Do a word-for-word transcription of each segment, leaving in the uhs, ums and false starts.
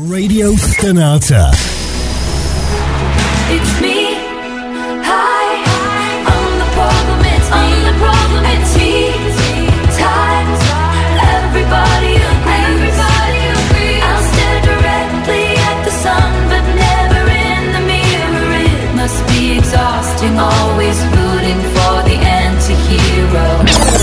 Radio Stonata. It's me. Hi. I'm the problem. It's me. The problem. It's me. Times. Everybody agrees. Everybody agrees. I'll stare directly at the sun, but never in the mirror. It must be exhausting, always rooting for the anti-hero.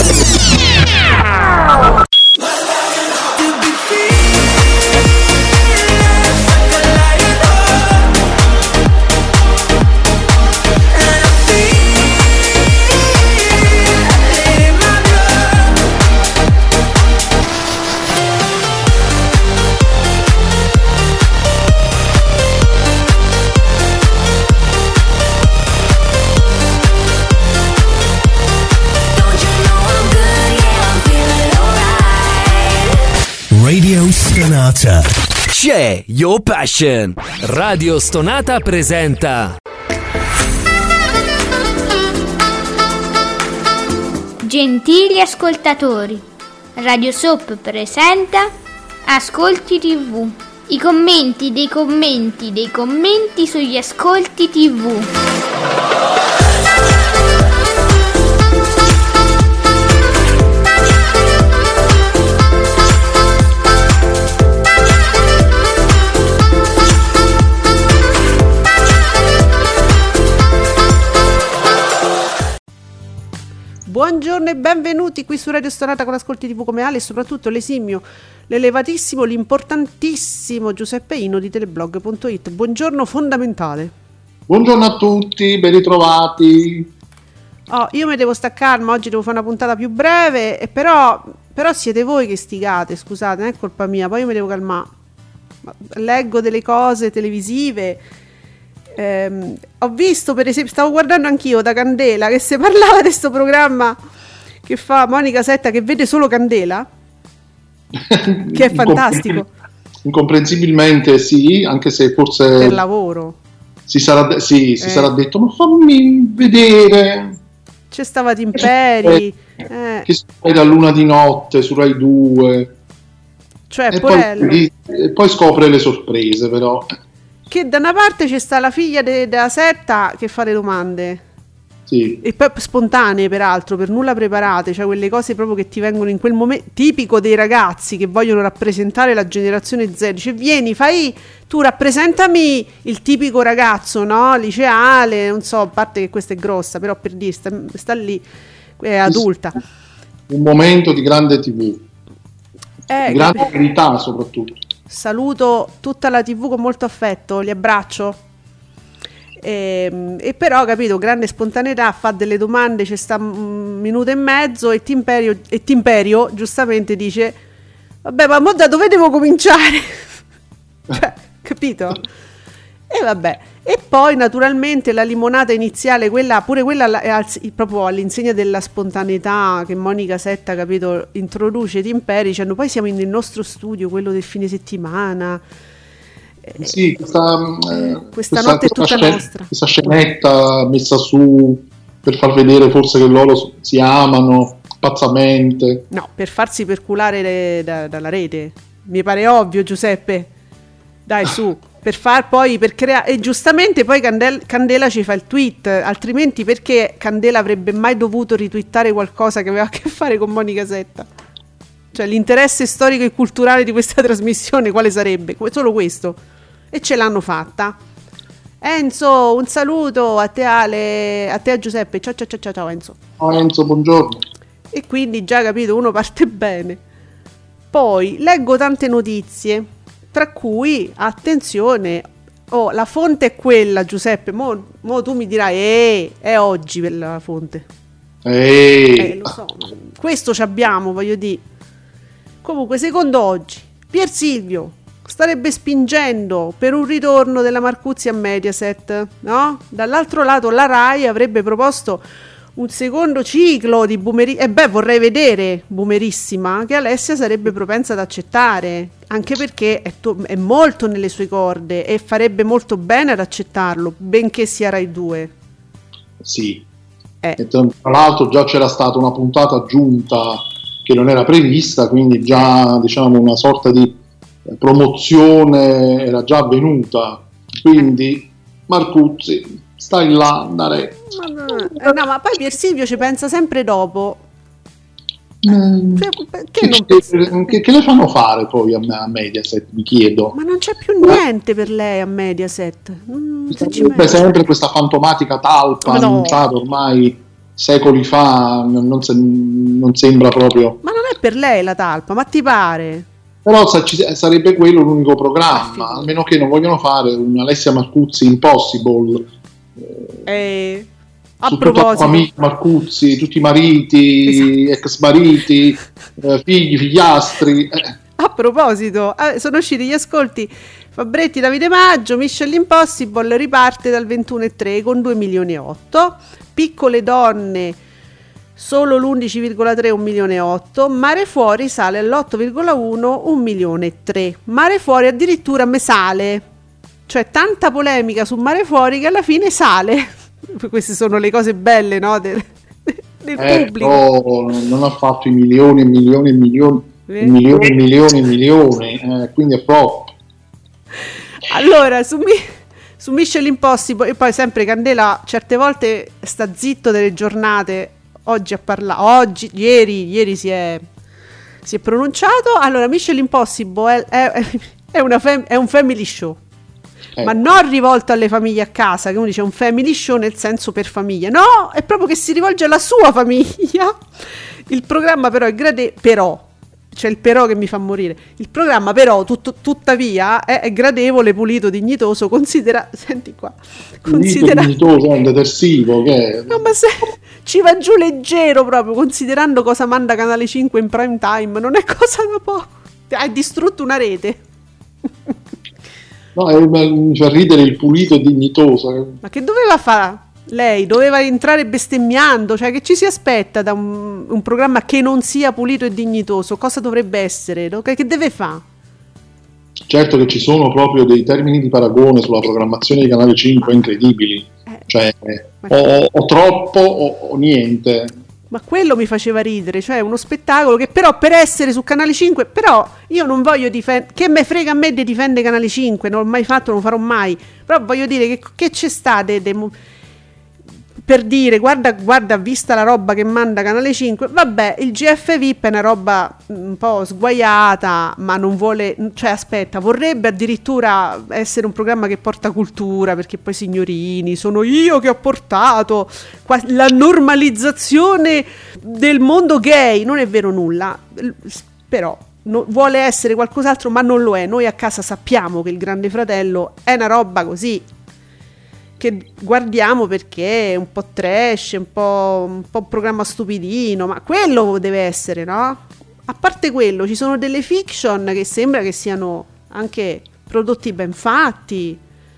Radio Stonata. C'è Your Passion. Radio Stonata presenta Gentili ascoltatori, Radio Soap presenta Ascolti tivù. I commenti dei commenti dei commenti sugli ascolti tivù. Buongiorno e benvenuti qui su Radio Stonata con Ascolti tivù come Ale e soprattutto l'esimio, l'elevatissimo, l'importantissimo Giuseppe Ino di teleblog punto it. Buongiorno fondamentale. Buongiorno a tutti, ben ritrovati. Oh, io mi devo staccare, ma oggi devo fare una puntata più breve, e però, però siete voi che stigate, scusate, non è colpa mia, poi io mi devo calmare. Leggo delle cose televisive. Eh, ho visto, per esempio, stavo guardando anch'io da Candela che si parlava di questo programma che fa Monica Setta, che vede solo Candela, che è fantastico. Incomprensibilmente sì, anche se forse per lavoro si sarà, sì, si eh. sarà detto ma fammi vedere, c'è stava Timperi eh. che è da luna di notte su Rai due, cioè e Porello, poi, e poi scopre le sorprese, però che da una parte c'è sta la figlia de- della Setta che fa le domande, sì, e poi spontanee peraltro, per nulla preparate, cioè quelle cose proprio che ti vengono in quel momento, tipico dei ragazzi che vogliono rappresentare la generazione Z. Dice vieni, fai tu, rappresentami il tipico ragazzo, no, liceale, non so, a parte che questa è grossa, però per dire sta, sta lì, è adulta, un momento di grande tivù, eh, di grande verità soprattutto. Saluto tutta la tivù con molto affetto, li abbraccio. E, e però, capito, grande spontaneità, fa delle domande, c'è sta un minuto e mezzo e Timperio, e Timperio giustamente dice vabbè, ma mo da dove devo cominciare? Cioè, capito? E vabbè, e poi naturalmente la limonata iniziale, quella, pure quella è al, proprio all'insegna della spontaneità che Monica Setta, capito, introduce Timperi dicendo poi siamo nel nostro studio, quello del fine settimana. Sì, questa, eh, questa, questa questa notte è tutta scen- nostra. Questa scenetta messa su per far vedere forse che loro si amano pazzamente. No, per farsi perculare le, da, dalla rete. Mi pare ovvio, Giuseppe. Dai, su. Per far poi, per creare, e giustamente poi Candel- Candela ci fa il tweet, altrimenti perché Candela avrebbe mai dovuto ritwittare qualcosa che aveva a che fare con Monica Setta? Cioè l'interesse storico e culturale di questa trasmissione quale sarebbe? Solo questo. E ce l'hanno fatta. Enzo, un saluto a te Ale, a te a Giuseppe, ciao ciao ciao ciao Enzo. Ciao Enzo, buongiorno. E quindi già capito, uno parte bene. Poi leggo tante notizie, tra cui, attenzione, oh, la fonte è quella, Giuseppe, mo, mo tu mi dirai, eh, è oggi per la fonte. Ehi. Eh, lo so, questo ci abbiamo, voglio dire. Comunque, secondo oggi, Pier Silvio starebbe spingendo per un ritorno della Marcuzzi a Mediaset, no? Dall'altro lato la Rai avrebbe proposto un secondo ciclo di Boomerissima, e beh, vorrei vedere Boomerissima, che Alessia sarebbe propensa ad accettare, anche perché è, to- è molto nelle sue corde e farebbe molto bene ad accettarlo, benché sia Rai due. Sì, eh. E tra l'altro già c'era stata una puntata aggiunta che non era prevista, quindi già diciamo una sorta di promozione era già avvenuta, quindi Marcuzzi, stai là, andare. Ma no, eh, no, ma poi Pier Silvio ci pensa sempre dopo. Mm. Cioè, perché non che, pensa- che, che le fanno fare poi a, a Mediaset, mi chiedo. Ma non c'è più niente per lei a Mediaset. Mm, se ci Sempre, pensi. sempre questa fantomatica talpa Ma no. annunciata ormai secoli fa, non, non se- non sembra proprio. Ma non è per lei la talpa, ma ti pare? Però sa- ci- sarebbe quello l'unico Ah, programma, figurati. almeno che non vogliono fare un Alessia Marcuzzi Impossible. Eh, a Su tutta la proposito, famiglia Marcuzzi, tutti i mariti, ex mariti, eh, figli, figliastri. eh. a proposito, eh, sono usciti gli ascolti. Fabretti, Davide Maggio, Mission Impossible riparte dal ventuno virgola tre con due milioni e otto. Piccole donne solo l'undici virgola tre, un milione e otto. Mare Fuori sale all'otto virgola uno, un milione e tre. Mare Fuori addirittura me sale, cioè tanta polemica su Mare Fuori che alla fine sale. Queste sono le cose belle, no, del, del Eh, pubblico. però non ha fatto i milioni e milioni e milioni, Eh. i milioni e milioni e milioni, eh, quindi è troppo. Allora, su, Mi- su Mission Impossible, e poi sempre Candela certe volte sta zitto delle giornate. Oggi ha parlato, oggi, ieri, ieri si è, si è pronunciato. Allora, Mission Impossible è, è, è una fam- è un family show, Eh, ma non rivolto alle famiglie a casa, che uno dice un family show nel senso per famiglia. No, è proprio che si rivolge alla sua famiglia. Il programma però è grade- però c'è il però che mi fa morire. Il programma però tutto- tuttavia è, è gradevole, pulito, dignitoso, considera senti qua. Considera dignitoso, è un detersivo che è. No, ma se ci va giù leggero proprio, considerando cosa manda Canale cinque in prime time, non è cosa da poco. Hai distrutto una rete. No, è, mi fa ridere il pulito e dignitoso. Ma che doveva fare? Lei doveva entrare bestemmiando, cioè che ci si aspetta da un, un programma che non sia pulito e dignitoso? Cosa dovrebbe essere? No? Che, che deve fare? Certo che ci sono proprio dei termini di paragone sulla programmazione di Canale cinque incredibili, Eh, cioè ma, o, o troppo o, o niente. ma quello mi faceva ridere, cioè uno spettacolo che però per essere su Canale cinque, però io non voglio difendere, che me frega a me di difendere Canale cinque, non l'ho mai fatto, non lo farò mai, però voglio dire che, che c'è sta de, de, per dire guarda, guarda, vista la roba che manda Canale cinque, vabbè, il G F V I P è una roba un po' sguaiata, ma non vuole, cioè aspetta, vorrebbe addirittura essere un programma che porta cultura, perché poi signorini, sono io che ho portato qua- la normalizzazione del mondo gay, non è vero nulla, però no, vuole essere qualcos'altro, ma non lo è. Noi a casa sappiamo che il Grande Fratello è una roba così, che guardiamo perché è un po' trash, un po', un po' un programma stupidino, ma quello deve essere, no? A parte quello, ci sono delle fiction che sembra che siano anche prodotti ben fatti,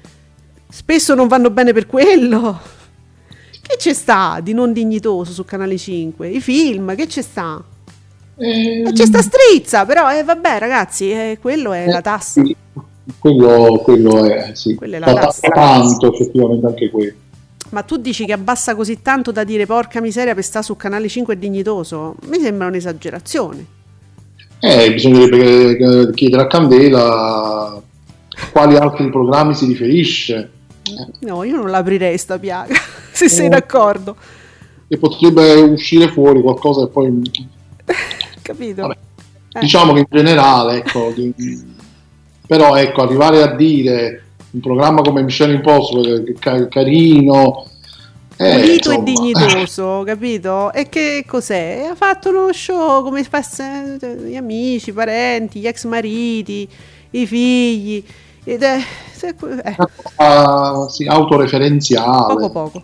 spesso non vanno bene per quello. Che c'è sta di non dignitoso su Canale cinque? I film, che c'è sta? Eh, E c'è sta Strizza, però eh, vabbè ragazzi, eh, quello è la tassa. sì, Quello, quello è, sì. Quella è la Da- da- tassa. tanto effettivamente anche quello. Ma tu dici che abbassa così tanto da dire porca miseria per sta su Canale cinque è dignitoso? Mi sembra un'esagerazione. Eh, bisognerebbe eh, chiedere a Candela a quali altri programmi si riferisce. No, io non l'aprirei sta piaga, se sei Eh. d'accordo. E potrebbe uscire fuori qualcosa che poi Capito? Vabbè, Eh. diciamo che in generale, ecco, di- però ecco, arrivare a dire un programma come Mission Impossible che ca- carino, eh, Pulito e insomma, dignitoso, capito? E che cos'è? Ha fatto uno show come fa se- gli amici, i parenti, gli ex mariti, i figli. Ed è, se- eh, ah, sì, autoreferenziale. poco poco.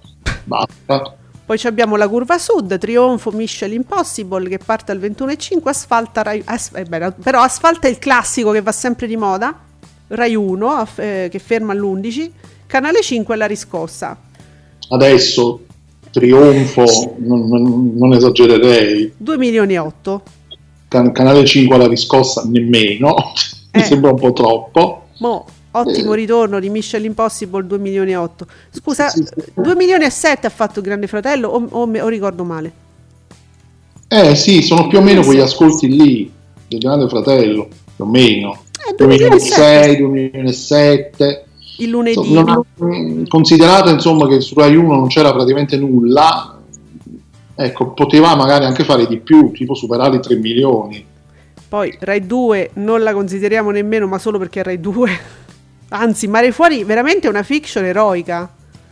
Basta. Poi ci abbiamo la curva sud, trionfo Mission Impossible che parte al ventuno e cinque, asfalta Rai, as, eh beh, però asfalta il classico che va sempre di moda, Rai uno aff- eh, che ferma all'undici, Canale cinque alla riscossa, Adesso trionfo, non, non- non esagererei. due milioni e otto. Can- Canale cinque alla riscossa nemmeno, mi Eh. sembra un po' troppo. Mo, ottimo Eh. ritorno di Mission Impossible, due milioni e otto. Scusa, Sì, sì, sì. due milioni e sette ha fatto il Grande Fratello o, o, me- o ricordo male? Eh sì, sono più o meno quegli ascolti lì del Grande Fratello, più o meno. Eh, duemilasei, duemilasette. Il lunedì. Insomma, non, considerato insomma che su Rai uno non c'era praticamente nulla, ecco, poteva magari anche fare di più, tipo superare i tre milioni. Poi Rai due non la consideriamo nemmeno, ma solo perché è Rai due. Anzi, Mare Fuori veramente è una fiction eroica.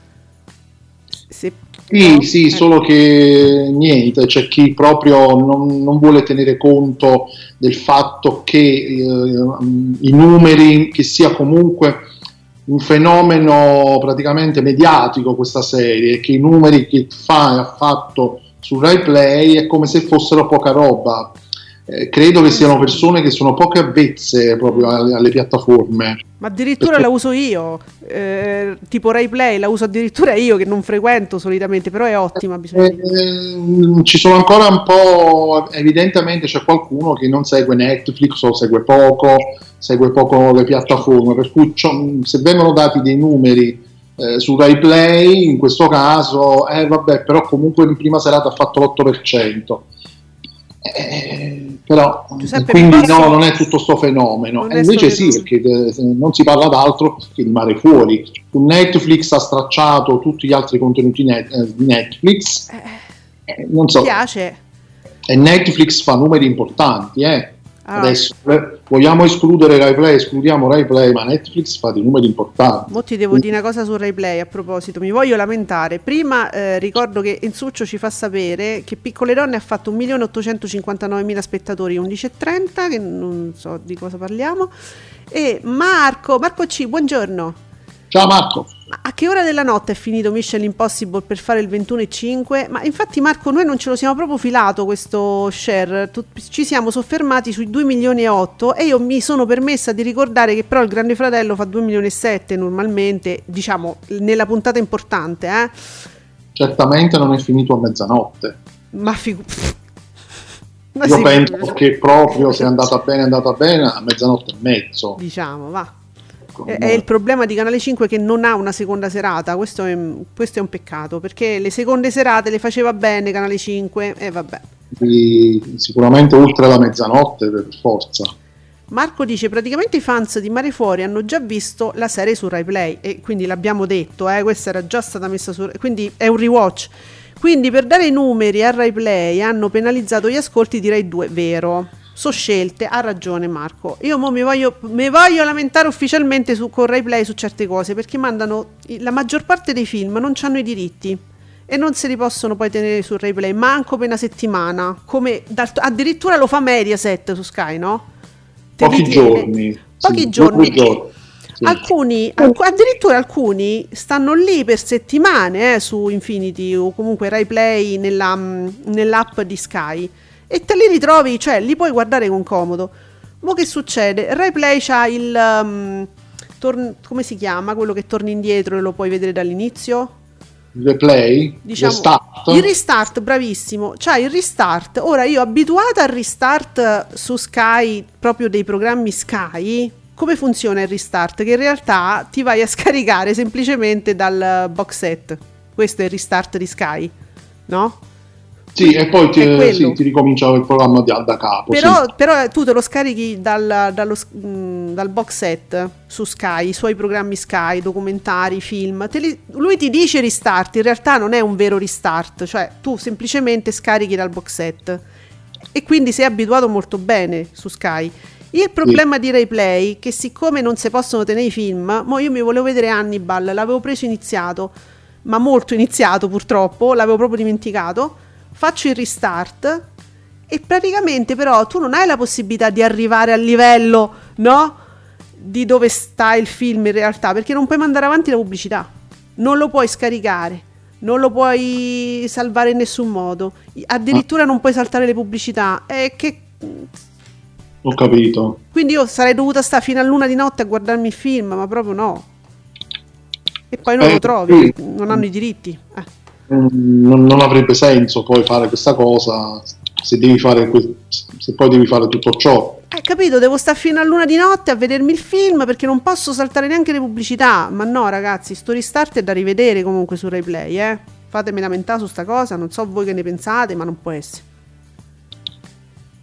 Se... Sì, no? sì, eh. solo che niente, c'è chi proprio non, non vuole tenere conto del fatto che eh, i numeri, che sia comunque un fenomeno praticamente mediatico questa serie, che i numeri che fa e ha fatto su Rai Play è come se fossero poca roba. Eh, credo che siano persone che sono poco avvezze proprio alle, alle piattaforme. Ma addirittura Perché... la uso io, eh, tipo Rai Play, la uso addirittura io che non frequento solitamente, però è ottima. Bisogna eh, ci sono ancora un po', evidentemente c'è qualcuno che non segue Netflix o segue poco, segue poco le piattaforme, per cui se vengono dati dei numeri eh, su Rai Play, in questo caso, eh vabbè, però comunque in prima serata ha fatto l'otto per cento. Eh, però Giuseppe, quindi posso... no, non è tutto sto fenomeno, e invece sì, perché eh, non si parla d'altro che di Mare Fuori. Netflix ha stracciato tutti gli altri contenuti net, eh, di Netflix, eh, non so, mi piace, e Netflix fa numeri importanti, eh. Ah. Adesso eh, vogliamo escludere Rai Play, escludiamo Rai Play, ma Netflix fa dei numeri importanti. Mo ti devo dire una cosa su Rai Play a proposito, mi voglio lamentare. Prima eh, ricordo che Ensuccio ci fa sapere che Piccole Donne ha fatto un milione ottocentocinquantanovemila spettatori, undici e trenta, che non so di cosa parliamo. E Marco, Marco C, buongiorno. Ciao Marco. Ma a che ora della notte è finito Mission Impossible per fare il ventuno e cinque? Ma infatti Marco, noi non ce lo siamo proprio filato questo share, tu, ci siamo soffermati sui due milioni e otto, e io mi sono permessa di ricordare che però il Grande Fratello fa due milioni e sette normalmente, diciamo nella puntata importante, eh? Certamente non è finito a mezzanotte. Ma figu... Ma Io sì, penso che proprio se è andata bene è andata bene a mezzanotte e mezzo. diciamo, va. È il problema di Canale cinque che non ha una seconda serata, questo è, questo è un peccato, perché le seconde serate le faceva bene Canale cinque e vabbè. Quindi, sicuramente oltre la mezzanotte per forza. Marco dice praticamente i fans di Mare Fuori hanno già visto la serie su Rai Play, e quindi l'abbiamo detto, eh, questa era già stata messa su, quindi è un rewatch. Quindi per dare i numeri a Rai Play hanno penalizzato gli ascolti di Rai due, vero? So scelte, ha ragione Marco. Io mo mi voglio, mi voglio lamentare ufficialmente su, con Rai Play su certe cose, perché mandano la maggior parte dei film, non hanno i diritti e non se li possono poi tenere su Rai Play manco per una settimana, come addirittura lo fa Mediaset su Sky, no? Te Pochi giorni. Pochi sì, giorni. giorni. Sì. Alcuni, alc- addirittura alcuni stanno lì per settimane eh, su Infinity o comunque Rai Play nella, nell'app di Sky, e te li ritrovi, cioè li puoi guardare con comodo. Mo che succede? Rai Play c'ha il um, tor- come si chiama? Quello che torni indietro e lo puoi vedere dall'inizio? Replay? Diciamo, restart? Il restart, bravissimo. C'hai il restart. Ora io abituata al restart su Sky, proprio dei programmi Sky. Come funziona il restart? Che in realtà ti vai a scaricare semplicemente dal box set. Questo è il restart di Sky, no? Sì, e poi ti, È sì, ti ricomincia il programma di, da capo. Però, sì. però tu te lo scarichi dal, dallo, mh, dal box set su Sky, i suoi programmi Sky, documentari, film. Te li, lui ti dice restart, in realtà non è un vero restart, cioè tu semplicemente scarichi dal box set e quindi sei abituato molto bene su Sky. Il problema sì. di Rai Play è che siccome non si possono tenere i film, mo io mi volevo vedere Hannibal, l'avevo preso iniziato, ma molto iniziato purtroppo, l'avevo proprio dimenticato. Faccio il restart e praticamente però tu non hai la possibilità di arrivare al livello, no? Di dove sta il film in realtà, perché non puoi mandare avanti la pubblicità, non lo puoi scaricare, non lo puoi salvare in nessun modo, addirittura non puoi saltare le pubblicità. E che... Ho capito. Quindi io sarei dovuta stare fino a l'una di notte a guardarmi il film, ma proprio no. E poi non eh, lo trovi, sì. non hanno i diritti. Eh. Non, non avrebbe senso poi fare questa cosa se devi fare que- se poi devi fare tutto ciò. Hai capito? Devo stare fino a l'una di notte a vedermi il film perché non posso saltare neanche le pubblicità. Ma no ragazzi, sto restart è da rivedere comunque su Rai Play, eh. Fatemi lamentare su sta cosa, non so voi che ne pensate, ma non può essere.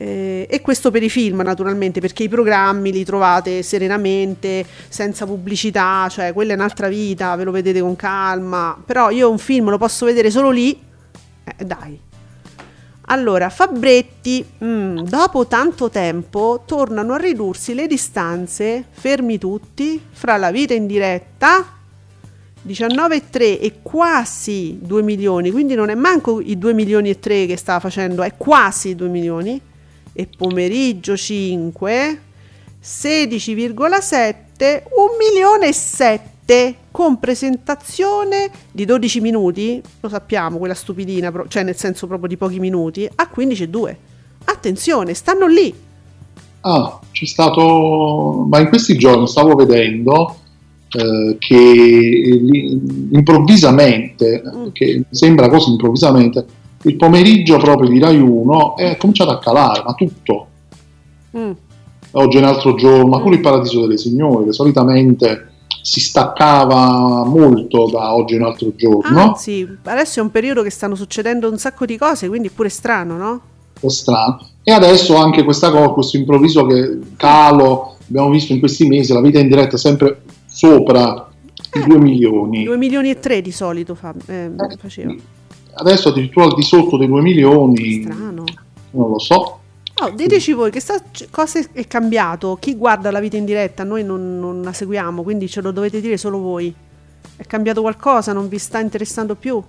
Eh, e questo per i film naturalmente, perché i programmi li trovate serenamente, senza pubblicità, cioè quella è un'altra vita, ve lo vedete con calma. Però io un film lo posso vedere solo lì, eh, dai. Allora, Fabretti, mm, dopo tanto tempo tornano a ridursi le distanze, fermi tutti, fra la vita in diretta, diciannove virgola tre e quasi due milioni, quindi non è manco i due milioni e tre che stava facendo, è quasi due milioni, e Pomeriggio cinque, sedici virgola sette, un milione e sette, con presentazione di dodici minuti, lo sappiamo, quella stupidina, cioè nel senso proprio di pochi minuti, a quindici virgola due. Attenzione, stanno lì. Ah, c'è stato, ma in questi giorni stavo vedendo eh, che lì, improvvisamente, mm. che sembra così improvvisamente, il pomeriggio proprio di Rai uno è cominciato a calare, ma tutto. Mm. Oggi è un altro giorno, ma pure il Paradiso delle Signore, che solitamente si staccava molto da Oggi è un altro giorno. Ah, sì, adesso è un periodo che stanno succedendo un sacco di cose, quindi è pure strano, no? È strano. E adesso anche questa cosa, questo improvviso che calo, abbiamo visto in questi mesi, la vita in diretta sempre sopra eh, i due milioni. due milioni e tre di solito fa, eh, eh, faceva. Adesso addirittura al di sotto dei due milioni. Strano. Non lo so. Oh, diteci voi che sta, cosa è cambiato, chi guarda la vita in diretta, noi non, non la seguiamo, quindi ce lo dovete dire solo voi. È cambiato qualcosa? Non vi sta interessando più?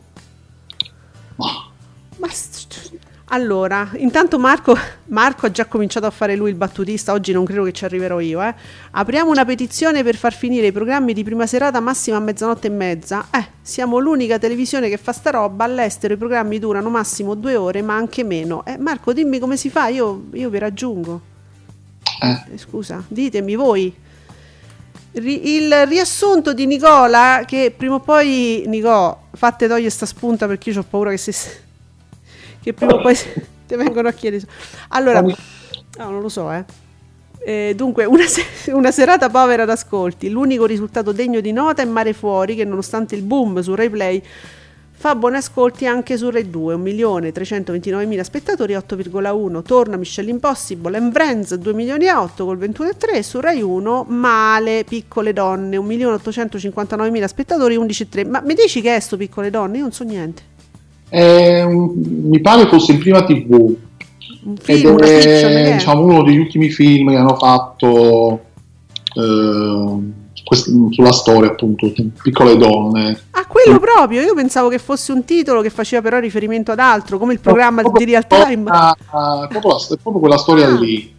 Ma, Ma allora, intanto Marco, Marco ha già cominciato a fare lui il battutista, oggi non credo che ci arriverò io, eh. Apriamo una petizione per far finire i programmi di prima serata massima a mezzanotte e mezza. Eh, siamo l'unica televisione che fa sta roba, all'estero i programmi durano massimo due ore, ma anche meno. Eh, Marco, dimmi come si fa, io, io vi raggiungo. Eh. Eh, scusa, ditemi voi. Ri- il riassunto di Nicola, che prima o poi, Nico, fatte togliere sta spunta perché io ho paura che se... che prima o poi ti vengono a chiedere. Allora, no, non lo so, eh. Eh, dunque, una, se- una serata povera d'ascolti. L'unico risultato degno di nota è Mare Fuori, che nonostante il boom su Rai Play fa buoni ascolti anche su Rai due, un milione trecentoventinovemila spettatori, otto virgola uno. Torna Mission Impossible and Friends, due milioni e otto col ventuno virgola tre. Su Rai uno Male, Piccole Donne, un milione ottocentocinquantanovemila spettatori, undici virgola tre. Ma mi dici che è sto Piccole Donne? Io non so niente. Eh, mi pare fosse in prima tivù, un film, ed è, fiction, diciamo, uno degli ultimi film che hanno fatto eh, quest- sulla storia, appunto, Piccole Donne. Ah, quello proprio, io pensavo che fosse un titolo che faceva però riferimento ad altro, come il programma no, di Real Time. Uh, proprio, la, proprio quella storia ah. lì,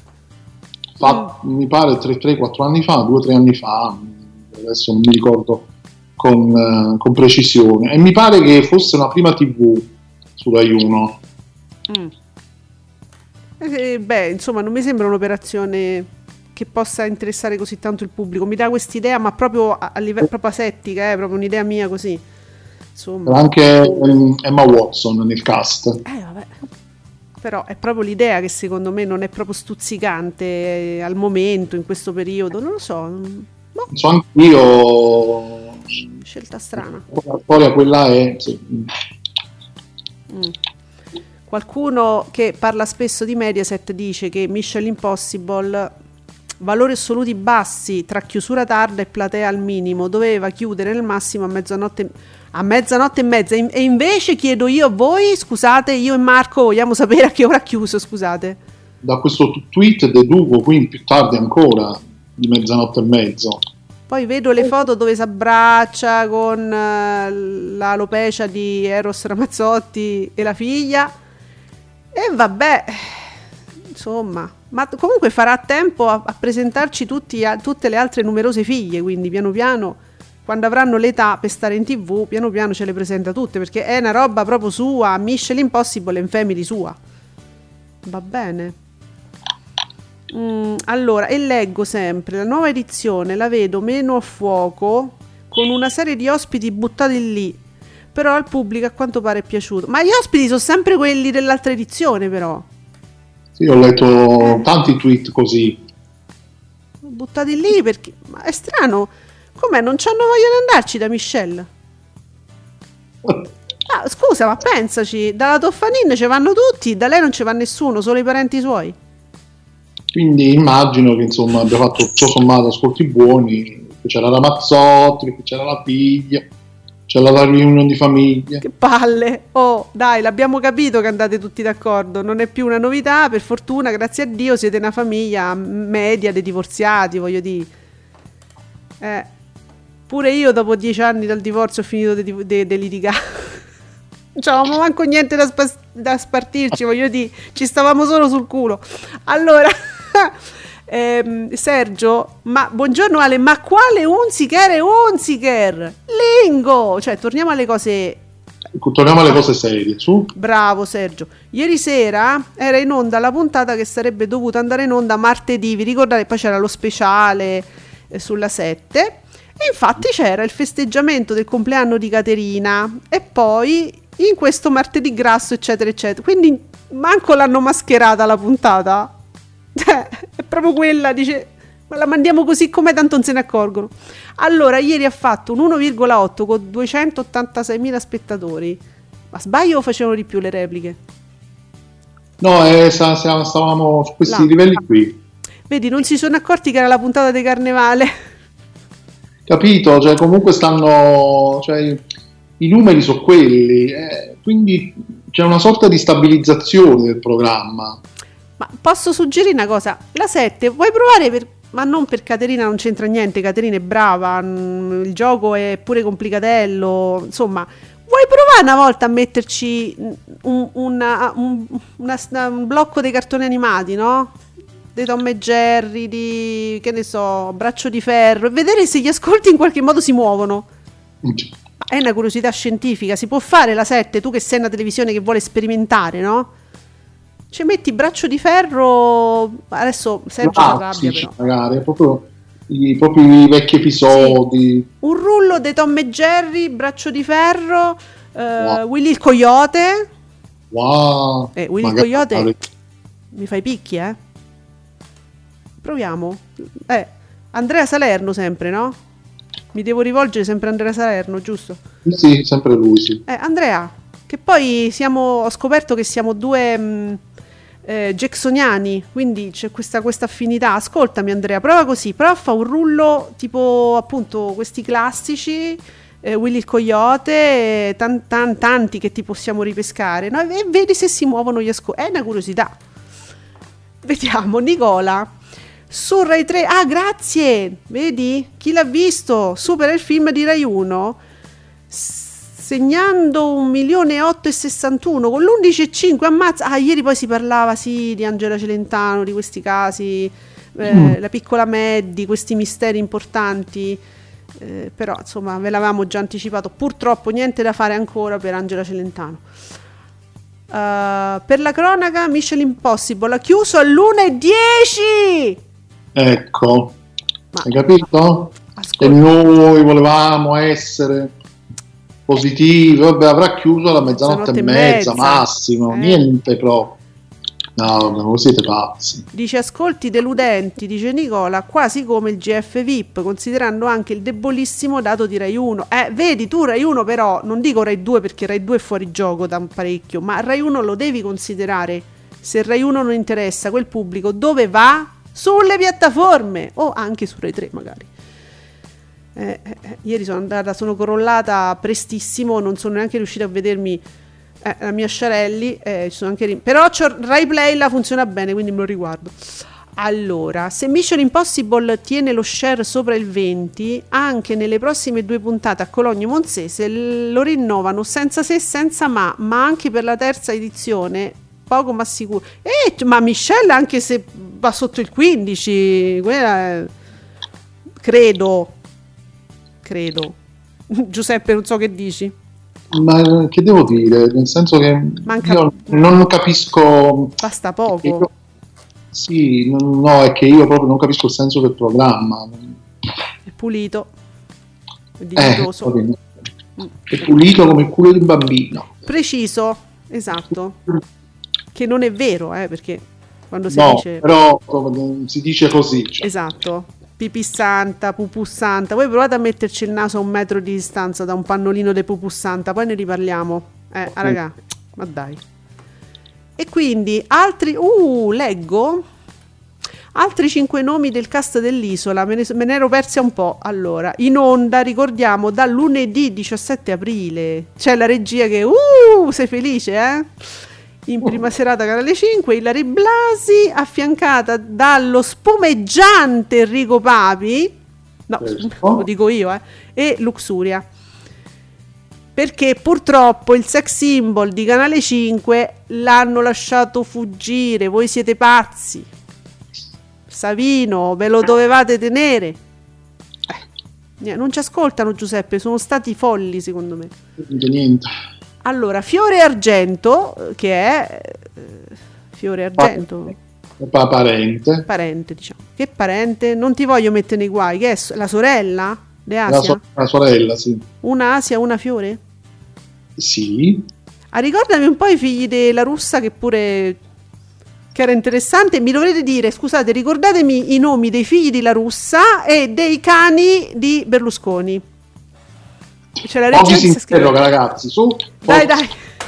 Fa, mm. mi pare tre quattro anni fa, due tre anni fa, adesso non mi ricordo Con, uh, con precisione, e mi pare che fosse una prima tivù su Rai uno. Mm. Eh, beh, insomma, non mi sembra un'operazione che possa interessare così tanto il pubblico. Mi dà quest'idea, ma proprio a, a livello proprio asettica, eh, proprio un'idea mia così. Insomma. Anche um, Emma Watson nel cast. Eh, vabbè. Però è proprio l'idea che secondo me non è proprio stuzzicante eh, al momento, in questo periodo. Non lo so. No. So anche io. Scelta strana. La storia quella è, sì. mm. Qualcuno che parla spesso di Mediaset dice che Mission Impossible, valori assoluti bassi tra chiusura tarda e platea al minimo, doveva chiudere nel massimo a mezzanotte a mezzanotte e mezza, e invece chiedo io a voi, scusate, io e Marco vogliamo sapere a che ora ha chiuso, scusate. Da questo tweet deduco quindi più tardi ancora di mezzanotte e mezzo. Poi vedo le foto dove si abbraccia con uh, la alopecia di Eros Ramazzotti e la figlia. E vabbè, insomma, ma comunque farà tempo a, a presentarci tutti, a, tutte le altre numerose figlie, quindi piano piano, quando avranno l'età per stare in tv, piano piano ce le presenta tutte, perché è una roba proprio sua, Mission Impossible in family sua. Va bene. Mm, allora, e leggo sempre la nuova edizione, la vedo meno a fuoco, con una serie di ospiti buttati lì, però al pubblico a quanto pare è piaciuto. Ma gli ospiti sono sempre quelli dell'altra edizione, però. Sì, ho letto eh. tanti tweet così. Buttati lì perché, ma è strano, com'è, non c'hanno voglia di andarci da Michelle? Ah, scusa, ma pensaci, dalla Toffanin ci vanno tutti, da lei non ci va nessuno, solo i parenti suoi. Quindi immagino che insomma abbia fatto tutto sommato ascolti buoni, che c'era la Mazzotti, che c'era la figlia, c'era la riunione di famiglia. Che palle! Oh, dai, l'abbiamo capito che andate tutti d'accordo, non è più una novità, per fortuna, grazie a Dio, siete una famiglia media dei divorziati, voglio dire. Eh, pure io dopo dieci anni dal divorzio ho finito di litigare. Non c'avevamo manco niente da, spa- da spartirci, voglio dire, ci stavamo solo sul culo. Allora, ehm, Sergio, ma buongiorno Ale, ma quale Hunziker è Hunziker? Lingo! Cioè, torniamo alle cose... Torniamo alle cose serie, su. Bravo Sergio. Ieri sera era in onda la puntata che sarebbe dovuta andare in onda martedì, vi ricordate? Poi c'era lo speciale eh, sulla sette e infatti c'era il festeggiamento del compleanno di Caterina e poi in questo martedì grasso eccetera eccetera, quindi manco l'hanno mascherata la puntata. È proprio quella, dice, ma la mandiamo così com'è, tanto non se ne accorgono. Allora, ieri ha fatto un uno virgola otto con duecentottantaseimila spettatori. Ma sbaglio o facevano di più le repliche? No, eh, stavamo su questi là. livelli qui. Vedi, non si sono accorti che era la puntata di Carnevale. Capito? Cioè, comunque stanno... Cioè, i numeri sono quelli, eh, quindi c'è una sorta di stabilizzazione del programma. Ma posso suggerire una cosa? La sette, vuoi provare per... Ma non per Caterina, non c'entra niente, Caterina è brava, mh, il gioco è pure complicatello, insomma, vuoi provare una volta a metterci un, una, un, una, un blocco dei cartoni animati, no? Dei Tom e Jerry, di, che ne so, Braccio di Ferro, e vedere se gli ascolti in qualche modo si muovono. È una curiosità scientifica, si può fare la sette, tu che sei una televisione che vuole sperimentare, no? Ci metti Braccio di Ferro, adesso Sergio ah, arrabbia sì, però. Magari, proprio i, proprio i vecchi episodi. Sì. Un rullo dei Tom e Jerry, Braccio di Ferro, eh, wow. Willy il Coyote. Wow. Eh, Willy magari. il Coyote, mi fai picchi, eh? Proviamo. Eh, Andrea Salerno sempre, no? Mi devo rivolgere sempre a Andrea Salerno, giusto? Sì, sempre lui, sì. Eh, Andrea, che poi siamo, ho scoperto che siamo due mh, eh, jacksoniani, quindi c'è questa, questa affinità. Ascoltami Andrea, prova così, prova a fare un rullo tipo appunto questi classici, eh, Willy il Coyote, tan, tan, tanti che ti possiamo ripescare, no? E vedi se si muovono gli ascolti. È una curiosità. Vediamo, Nicola. Su Rai tre, ah grazie, vedi? Chi l'ha visto? Supera il film di Rai uno, segnando un milione e otto e sessantuno con l'undici e cinque, ammazza. Ah, ieri poi si parlava, sì, di Angela Celentano, di questi casi, eh, mm. la piccola Maddie, questi misteri importanti, eh, però insomma ve l'avevamo già anticipato, purtroppo niente da fare ancora per Angela Celentano. Uh, per la cronaca, Mission Impossible ha chiuso all'una e dieci. Ecco, ma, hai capito? Ascolta. E noi volevamo essere positivi, vabbè, avrà chiuso alla mezzanotte e mezza, mezza massimo, eh. niente proprio. No, non siete pazzi. Dice ascolti deludenti, dice Nicola, quasi come il G F V I P, considerando anche il debolissimo dato di Rai uno. Eh, vedi tu Rai uno però, non dico Rai due perché Rai due è fuori gioco da un parecchio, ma Rai uno lo devi considerare. Se Rai uno non interessa quel pubblico, dove va? Sulle piattaforme o anche su Rai tre magari. Eh, eh, ieri sono andata, sono crollata prestissimo, non sono neanche riuscita a vedermi eh, la mia Sciarelli, eh, ci sono anche rim- però c'ho Rai Play, la funziona bene, quindi me lo riguardo. Allora, se Mission Impossible tiene lo share sopra il venti, anche nelle prossime due puntate a Cologno Monzese lo rinnovano senza se senza ma, ma anche per la terza edizione poco ma sicuro. Eh, ma Michelle anche se va sotto il quindici, quella è... credo credo Giuseppe, non so che dici. Ma che devo dire? Nel senso che Manca... io non capisco. Basta poco. Io, sì, non, no, è che io proprio non capisco il senso del programma. È pulito, è dignitoso. Eh, è pulito come il culo di un bambino. Preciso, esatto. Che non è vero, eh, perché quando si no, dice... però si dice così. Cioè. Esatto. Pipì santa, pupù santa. Voi provate a metterci il naso a un metro di distanza da un pannolino di pupù santa, poi ne riparliamo. Eh, ah, raga, ma dai. E quindi altri, uh, leggo altri cinque nomi del cast dell'Isola, me ne, me ne ero persa un po'. Allora, in onda, ricordiamo, da lunedì diciassette aprile, c'è la regia che, uh, sei felice, eh? In prima serata Canale cinque, Ilari Blasi, affiancata dallo spumeggiante Enrico Papi, no, lo dico io, eh, e Luxuria. Perché purtroppo il sex symbol di Canale cinque l'hanno lasciato fuggire, voi siete pazzi. Savino, ve lo dovevate tenere. Eh, non ci ascoltano, Giuseppe, sono stati folli secondo me. Niente. Allora, Fiore Argento, che è eh, Fiore Argento, Pa- parente. parente, diciamo. Che parente? Non ti voglio mettere nei guai, che è so- la sorella? De La, Asia? so- la sorella, sì. Una Asia, una Fiore? Sì. Ah, ricordami un po' i figli della Russa, che pure che era interessante. Mi dovrete dire, scusate, ricordatemi i nomi dei figli di La Russa e dei cani di Berlusconi. C'è la Oggi si reggenza interroga, ragazzi, su. Dai, dai.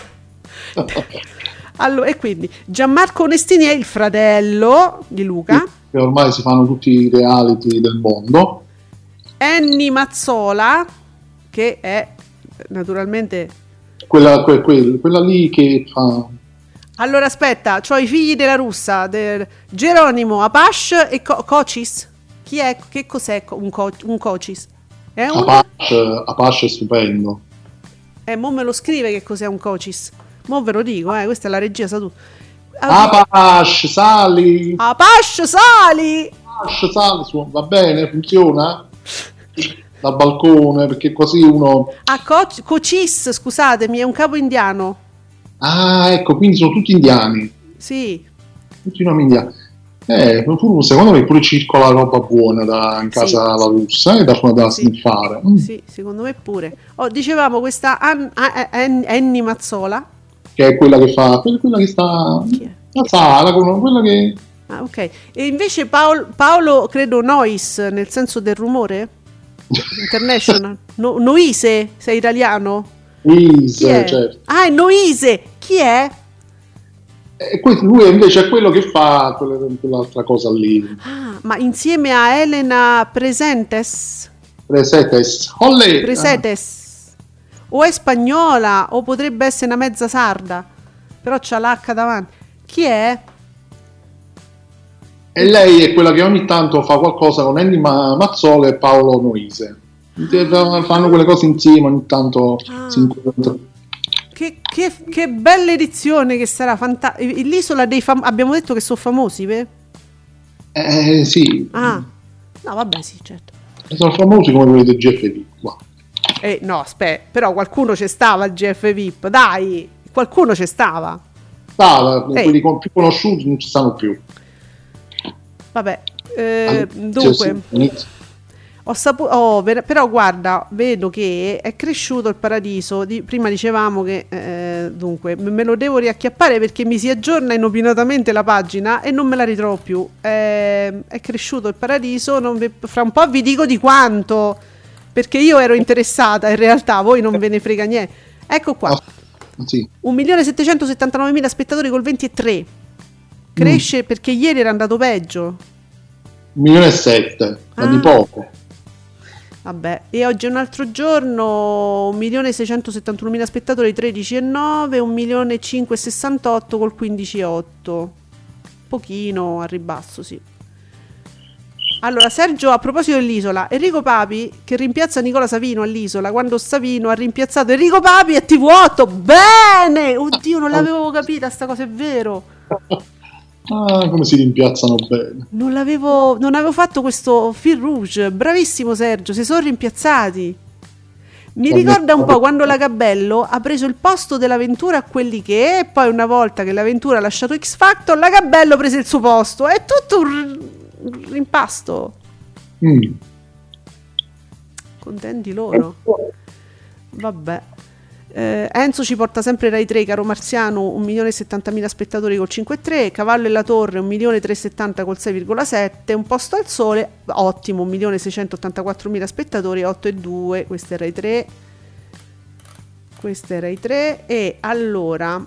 Allora, e quindi Gianmarco Onestini è il fratello di Luca. Che ormai si fanno tutti i reality del mondo. Annie Mazzola, che è naturalmente... Quella, que- que- quella lì che fa... Allora aspetta, c'ho i figli della Russa, del Geronimo, Apache e Co- Cocis. Chi è? Che cos'è un, co- un Cocis? È un... Apache, Apache è stupendo. Eh, mo me lo scrive che cos'è un Cocis. Mo ve lo dico, eh, questa è la regia, sa tu. Apache, sali. Apache, sali! Apache, sali. su- Va bene, funziona? Da balcone, perché così uno... Ah, Co- Cocis, scusatemi, è un capo indiano. Ah, ecco, quindi sono tutti indiani. Sì. Tutti nomi indiani. Eh, secondo me pure circola roba buona da, in casa Sì. alla russa e da, da Sì. sniffare. Mm. Sì, secondo me pure. Oh, dicevamo questa An- A- An- Annie Mazzola. Che è quella che fa, quella, quella che sta Chi è? la sala, con- quella che... Ah, ok. E invece Paolo, Paolo credo Nois, nel senso del rumore? International. No, Noise, sei italiano? Is, Chi è? certo. Ah, è Noise. Chi è? E questo- lui invece è quello che fa quella- quell'altra cosa lì. Ah, ma insieme a Elena Presentes. Presetes. Olle! Presetes. O è spagnola o potrebbe essere una mezza sarda. Però c'ha l'H davanti. Chi è? E lei è quella che ogni tanto fa qualcosa con Andy Ma- Mazzola e Paolo Noise. Fanno quelle cose insieme, ogni tanto Ah. si incontrano. Che, che, che bella edizione che sarà. Fanta- L'isola dei famosi. Abbiamo detto che sono famosi, ve? Eh sì, Ah. No, vabbè, sì, certo. sono famosi come quelli del G F V. Qua. Eh, no, aspetta, però qualcuno c'è stava al G F V I P, dai, qualcuno c'è stava. Stava, Ehi. quelli con- più conosciuti non ci stanno più. Vabbè, eh, All'inizio, dunque, sì, all'inizio. ho saputo, oh, ver- però guarda, vedo che è cresciuto il paradiso. Di- prima dicevamo che, eh, dunque, me me lo devo riacchiappare perché mi si aggiorna inopinatamente la pagina e non me la ritrovo più. Eh, è cresciuto il paradiso, non vi- fra un po' vi dico di quanto, perché io ero interessata, in realtà voi non ve ne frega niente. Ecco qua. Ah, sì. un milione settecentosettantanovemila spettatori col venti e tre. Cresce perché ieri era andato peggio. Un milione e sette, ma Ah. di poco. Vabbè, e oggi è un altro giorno, un milione seicentosettantunomila spettatori, tredici e nove, un milione cinque e sessantotto col quindici e otto. Pochino a ribasso, sì. Allora, Sergio, a proposito dell'isola, Enrico Papi che rimpiazza Nicola Savino all'isola, quando Savino ha rimpiazzato Enrico Papi a T V otto. Bene! Oddio, non l'avevo capita sta cosa, è vero. Ah, come si rimpiazzano bene. Non l'avevo, non avevo fatto questo fil rouge. Bravissimo Sergio, si sono rimpiazzati. Mi Vabbè, ricorda un po' vabbè. quando la Gabello ha preso il posto dell'Avventura a quelli che è, e poi una volta che l'Avventura ha lasciato X Factor, la Gabello prese il suo posto. È tutto un un rimpasto. Mm. Contenti loro. Vabbè. Eh, Enzo ci porta sempre Rai tre, caro Marziano, un milione e settantamila spettatori col cinque virgola tre, Cavallo e la Torre un milione trecentosettanta col sei virgola sette, Un posto al sole, ottimo, un milione seicentottantaquattromila spettatori, otto virgola due, questa è Rai tre. Questo era i tre. E allora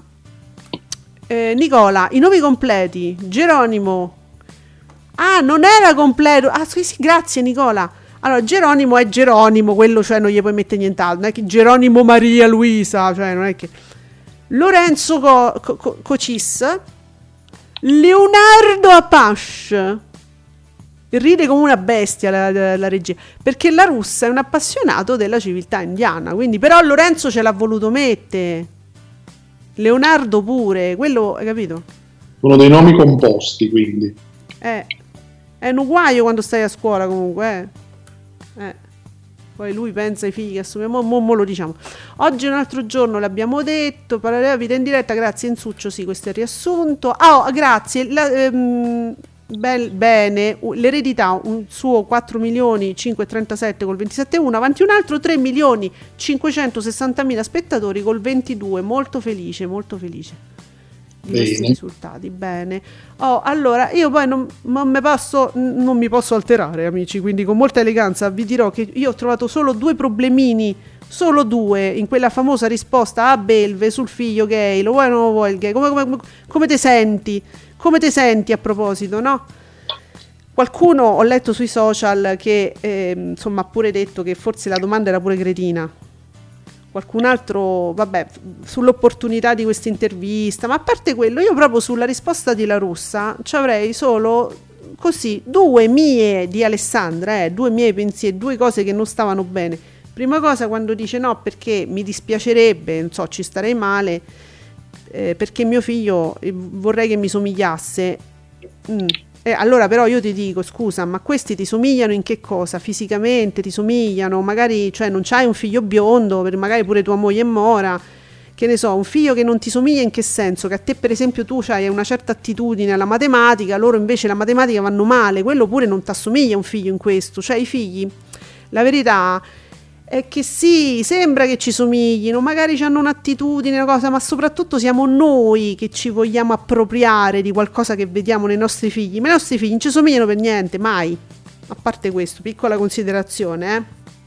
eh, Nicola, i nomi completi: Geronimo. Ah, non era completo. Ah, sì, sì, grazie Nicola. Allora, Geronimo è Geronimo, quello, cioè non gli puoi mettere nient'altro. Non è che Geronimo Maria Luisa, cioè non è che. Lorenzo Co- Co- Co- Cocis, Leonardo Apache. Ride come una bestia la, la, la regia, perché la russa è un appassionato della civiltà indiana, quindi però Lorenzo ce l'ha voluto mettere. Leonardo pure, quello, hai capito? Sono dei nomi composti, quindi. Eh, è un uguaglio quando stai a scuola comunque, eh. eh. Poi lui pensa ai figli che assumiamo, mo, mo lo diciamo. Oggi è un altro giorno, l'abbiamo detto, parlerà vita in diretta, grazie Insuccio, sì, questo è il riassunto. Ah, oh, grazie, la, ehm, bel, bene, l'eredità, un suo quattro milioni cinquecentotrentasette col ventisette virgola uno, avanti un altro tre milioni cinquecentosessantamila spettatori col ventidue, molto felice, molto felice di questi Bene. risultati. Bene. Oh, allora io poi non, non, mi posso, non mi posso alterare, amici, quindi con molta eleganza vi dirò che io ho trovato solo due problemini, solo due, in quella famosa risposta a Belve sul figlio gay. Lo vuoi o non lo vuoi il gay? Come, come, come te senti? Come te senti a proposito, no? Qualcuno, ho letto sui social, che eh, insomma ha pure detto che forse la domanda era pure cretina. Qualcun altro, vabbè, sull'opportunità di questa intervista, ma a parte quello, io proprio sulla risposta di La Russa ci avrei solo così due mie di Alessandra, eh, due miei pensieri, due cose che non stavano bene. Prima cosa, quando dice no perché mi dispiacerebbe, non so, ci starei male, eh, perché mio figlio eh, vorrei che mi somigliasse. Mm. Eh, allora però io ti dico, scusa, ma questi ti somigliano in che cosa? Fisicamente ti somigliano? Magari, cioè, non c'hai un figlio biondo, per magari pure tua moglie è mora, che ne so, un figlio che non ti somiglia in che senso? Che a te per esempio tu hai una certa attitudine alla matematica, loro invece la matematica vanno male, quello pure non ti assomiglia un figlio in questo. Cioè i figli, la verità è che sì, sembra che ci somiglino, magari hanno un'attitudine, una cosa, ma soprattutto siamo noi che ci vogliamo appropriare di qualcosa che vediamo nei nostri figli. Ma i nostri figli non ci somigliano per niente, mai. A parte questo, piccola considerazione, eh.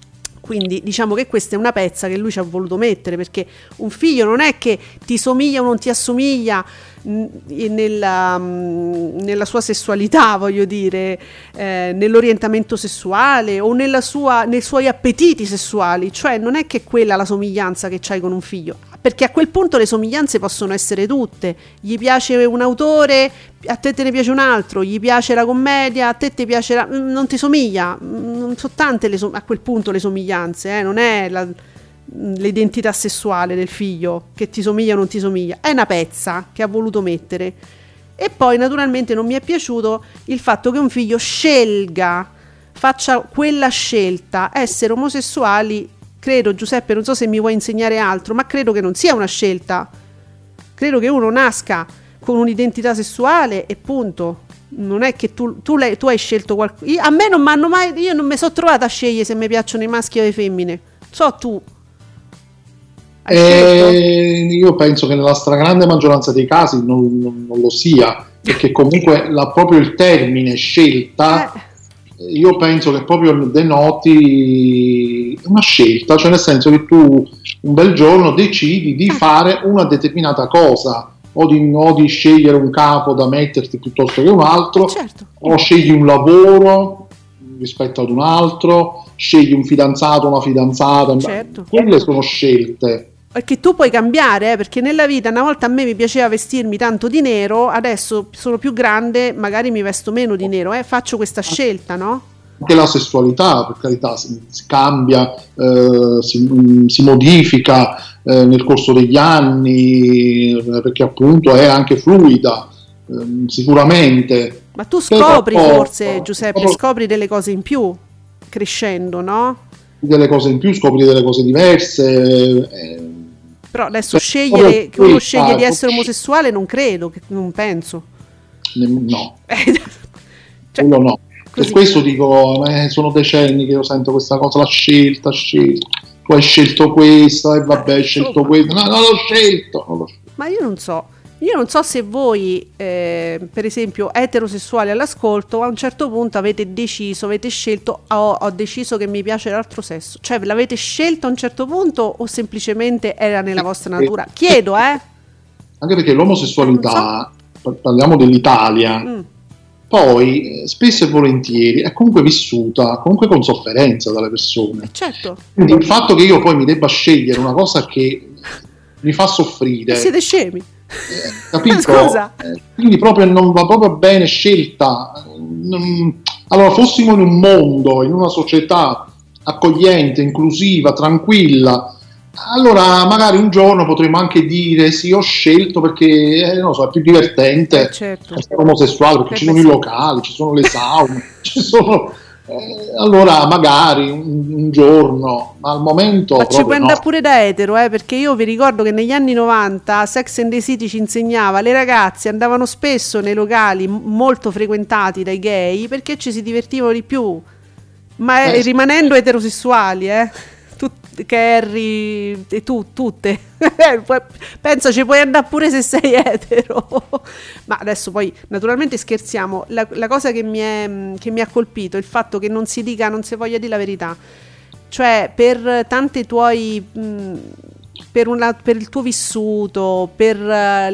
Quindi diciamo che questa è una pezza che lui ci ha voluto mettere, perché un figlio non è che ti somiglia o non ti assomiglia mh, nella, mh, nella sua sessualità, voglio dire, eh, nell'orientamento sessuale o nella sua, nei suoi appetiti sessuali, cioè non è che quella la somiglianza che c'hai con un figlio, perché a quel punto le somiglianze possono essere tutte. Gli piace un autore, a te te ne piace un altro, gli piace la commedia, a te ti piace la... non ti somiglia, non sono tante le som- a quel punto le somiglianze, eh? Non è la, l'identità sessuale del figlio che ti somiglia o non ti somiglia, è una pezza che ha voluto mettere. E poi naturalmente non mi è piaciuto il fatto che un figlio scelga, faccia quella scelta. Essere omosessuali, credo, Giuseppe, non so se mi vuoi insegnare altro, ma credo che non sia una scelta. Credo che uno nasca con un'identità sessuale e punto. Non è che tu, tu, lei, tu hai scelto qualcosa. A me non mi hanno mai, io non mi sono trovata a scegliere se mi piacciono i maschi o le femmine. So tu. Eh, io penso che nella stragrande maggioranza dei casi non, non, non lo sia, perché comunque la, proprio il termine scelta, eh. io penso che proprio denoti una scelta, cioè nel senso che tu un bel giorno decidi di fare una determinata cosa. O di, o di scegliere un capo da metterti piuttosto che un altro, certo. O scegli un lavoro rispetto ad un altro, scegli un fidanzato, una fidanzata, certo. Quelle sono scelte. Perché tu puoi cambiare, eh, perché nella vita una volta a me mi piaceva vestirmi tanto di nero, adesso sono più grande, magari mi vesto meno di nero, eh, faccio questa scelta, no? Anche la sessualità, per carità, si, si cambia, eh, si, si modifica eh, nel corso degli anni, perché appunto è anche fluida, eh, sicuramente. Ma tu scopri Però, forse, Giuseppe, però, scopri delle cose in più, crescendo, no? Delle cose in più, scopri delle cose diverse. Eh, Però adesso cioè, scegliere che uno sceglie di caso, essere omosessuale non credo, che, non penso. No, cioè, quello no. Così. Per questo dico, eh, sono decenni che io sento questa cosa, la scelta, scelta. Tu hai scelto questa e vabbè, hai scelto questo. No, non l'ho scelto, non l'ho scelto. Ma io non so, Io non so se voi, eh, per esempio, eterosessuali all'ascolto, a un certo punto avete deciso, avete scelto, ho, ho deciso che mi piace l'altro sesso. Cioè, l'avete scelto a un certo punto o semplicemente era nella vostra natura? Chiedo, eh? Anche perché l'omosessualità, parliamo dell'Italia, Mm. poi eh, spesso e volentieri è comunque vissuta comunque con sofferenza dalle persone. Certo. Quindi il fatto che io poi mi debba scegliere una cosa che mi fa soffrire, Siete scemi. eh, capito? Scusa. Eh, quindi proprio non va proprio bene scelta. Mm, Allora, fossimo in un mondo, in una società accogliente, inclusiva, tranquilla, allora magari un giorno potremmo anche dire sì, ho scelto perché eh, non so, è più divertente Eh, certo. essere omosessuale, perché Eh, ci sono beh, i sì. locali, ci sono le saune, ci sono eh, allora magari un, un giorno, ma al momento Ma ci proprio puoi no. andare pure da etero, eh, perché io vi ricordo che negli anni novanta Sex and the City ci insegnava, le ragazze andavano spesso nei locali m- molto frequentati dai gay perché ci si divertivano di più, ma eh, Eh, sì. rimanendo eterosessuali, eh. Tut- Carrie e tu, tutte. Poi- Pensa, ci puoi andare pure se sei etero. Ma adesso poi, naturalmente scherziamo. La, la cosa che mi, è, che mi ha colpito è il fatto che non si dica, non si voglia dire la verità. Cioè, per tante tuoi. Mh, per, una, per il tuo vissuto, per uh,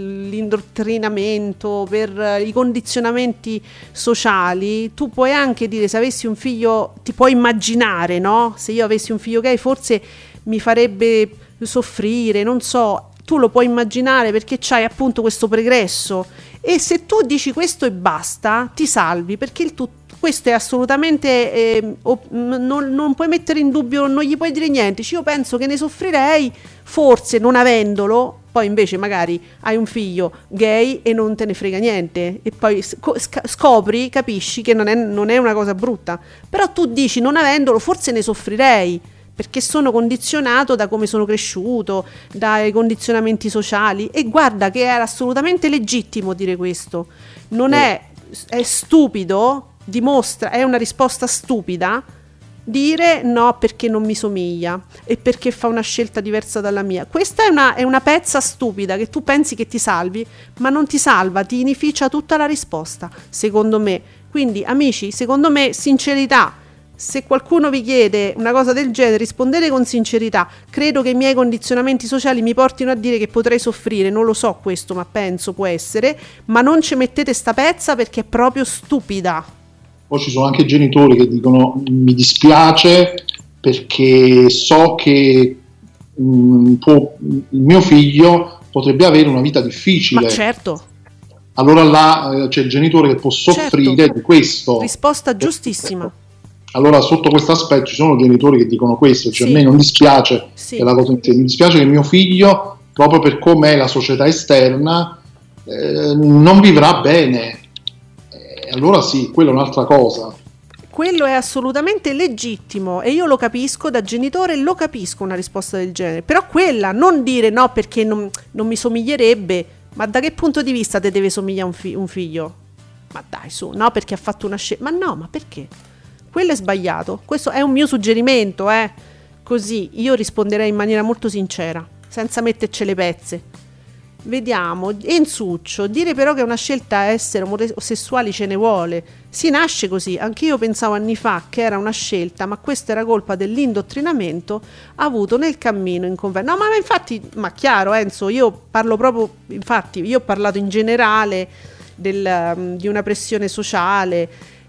l'indottrinamento, per uh, i condizionamenti sociali, tu puoi anche dire, se avessi un figlio, ti puoi immaginare, no? Se io avessi un figlio gay forse mi farebbe soffrire, non so, tu lo puoi immaginare perché c'hai appunto questo pregresso, e se tu dici questo e basta, ti salvi, perché il tuo questo è assolutamente eh, op- non, non puoi mettere in dubbio, non gli puoi dire niente. Io penso che ne soffrirei, forse non avendolo, poi invece magari hai un figlio gay e non te ne frega niente, e poi sc- sc- scopri, capisci che non è, non è una cosa brutta, però tu dici, non avendolo forse ne soffrirei, perché sono condizionato da come sono cresciuto, dai condizionamenti sociali, e guarda che era assolutamente legittimo dire questo, non è, è stupido, dimostra, è una risposta stupida dire no perché non mi somiglia e perché fa una scelta diversa dalla mia. Questa è una, è una pezza stupida che tu pensi che ti salvi, ma non ti salva, ti inficia tutta la risposta, secondo me. Quindi amici, secondo me sincerità. Se qualcuno vi chiede una cosa del genere, rispondete con sincerità. Credo che i miei condizionamenti sociali mi portino a dire che potrei soffrire, non lo so questo, ma penso può essere, ma non ci mettete sta pezza perché è proprio stupida. Poi ci sono anche genitori che dicono mi dispiace perché so che mh, può, il mio figlio potrebbe avere una vita difficile. Ma certo. Allora là eh, c'è il genitore che può soffrire Certo. di questo. Risposta giustissima. Allora sotto questo aspetto ci sono genitori che dicono questo, cioè Sì. a me non dispiace Sì. che la cosa insieme, mi dispiace che mio figlio, proprio per com'è la società esterna, eh, non vivrà bene. Allora sì, quella è un'altra cosa. Quello è assolutamente legittimo e io lo capisco, da genitore lo capisco una risposta del genere, però quella, non dire no perché non, non mi somiglierebbe, ma da che punto di vista te deve somigliare un, fi- un figlio? Ma dai su, no perché ha fatto una scelta, ma no, ma perché? Quello è sbagliato, questo è un mio suggerimento, eh. Così io risponderei in maniera molto sincera, senza metterci le pezze. Vediamo, Enzuccio, dire però che è una scelta essere omosessuali ce ne vuole, si nasce così, anch'io pensavo anni fa che era una scelta, ma questa era colpa dell'indottrinamento avuto nel cammino in convento. No, ma infatti, ma chiaro Enzo, io parlo proprio, infatti io ho parlato in generale del, um, di una pressione sociale,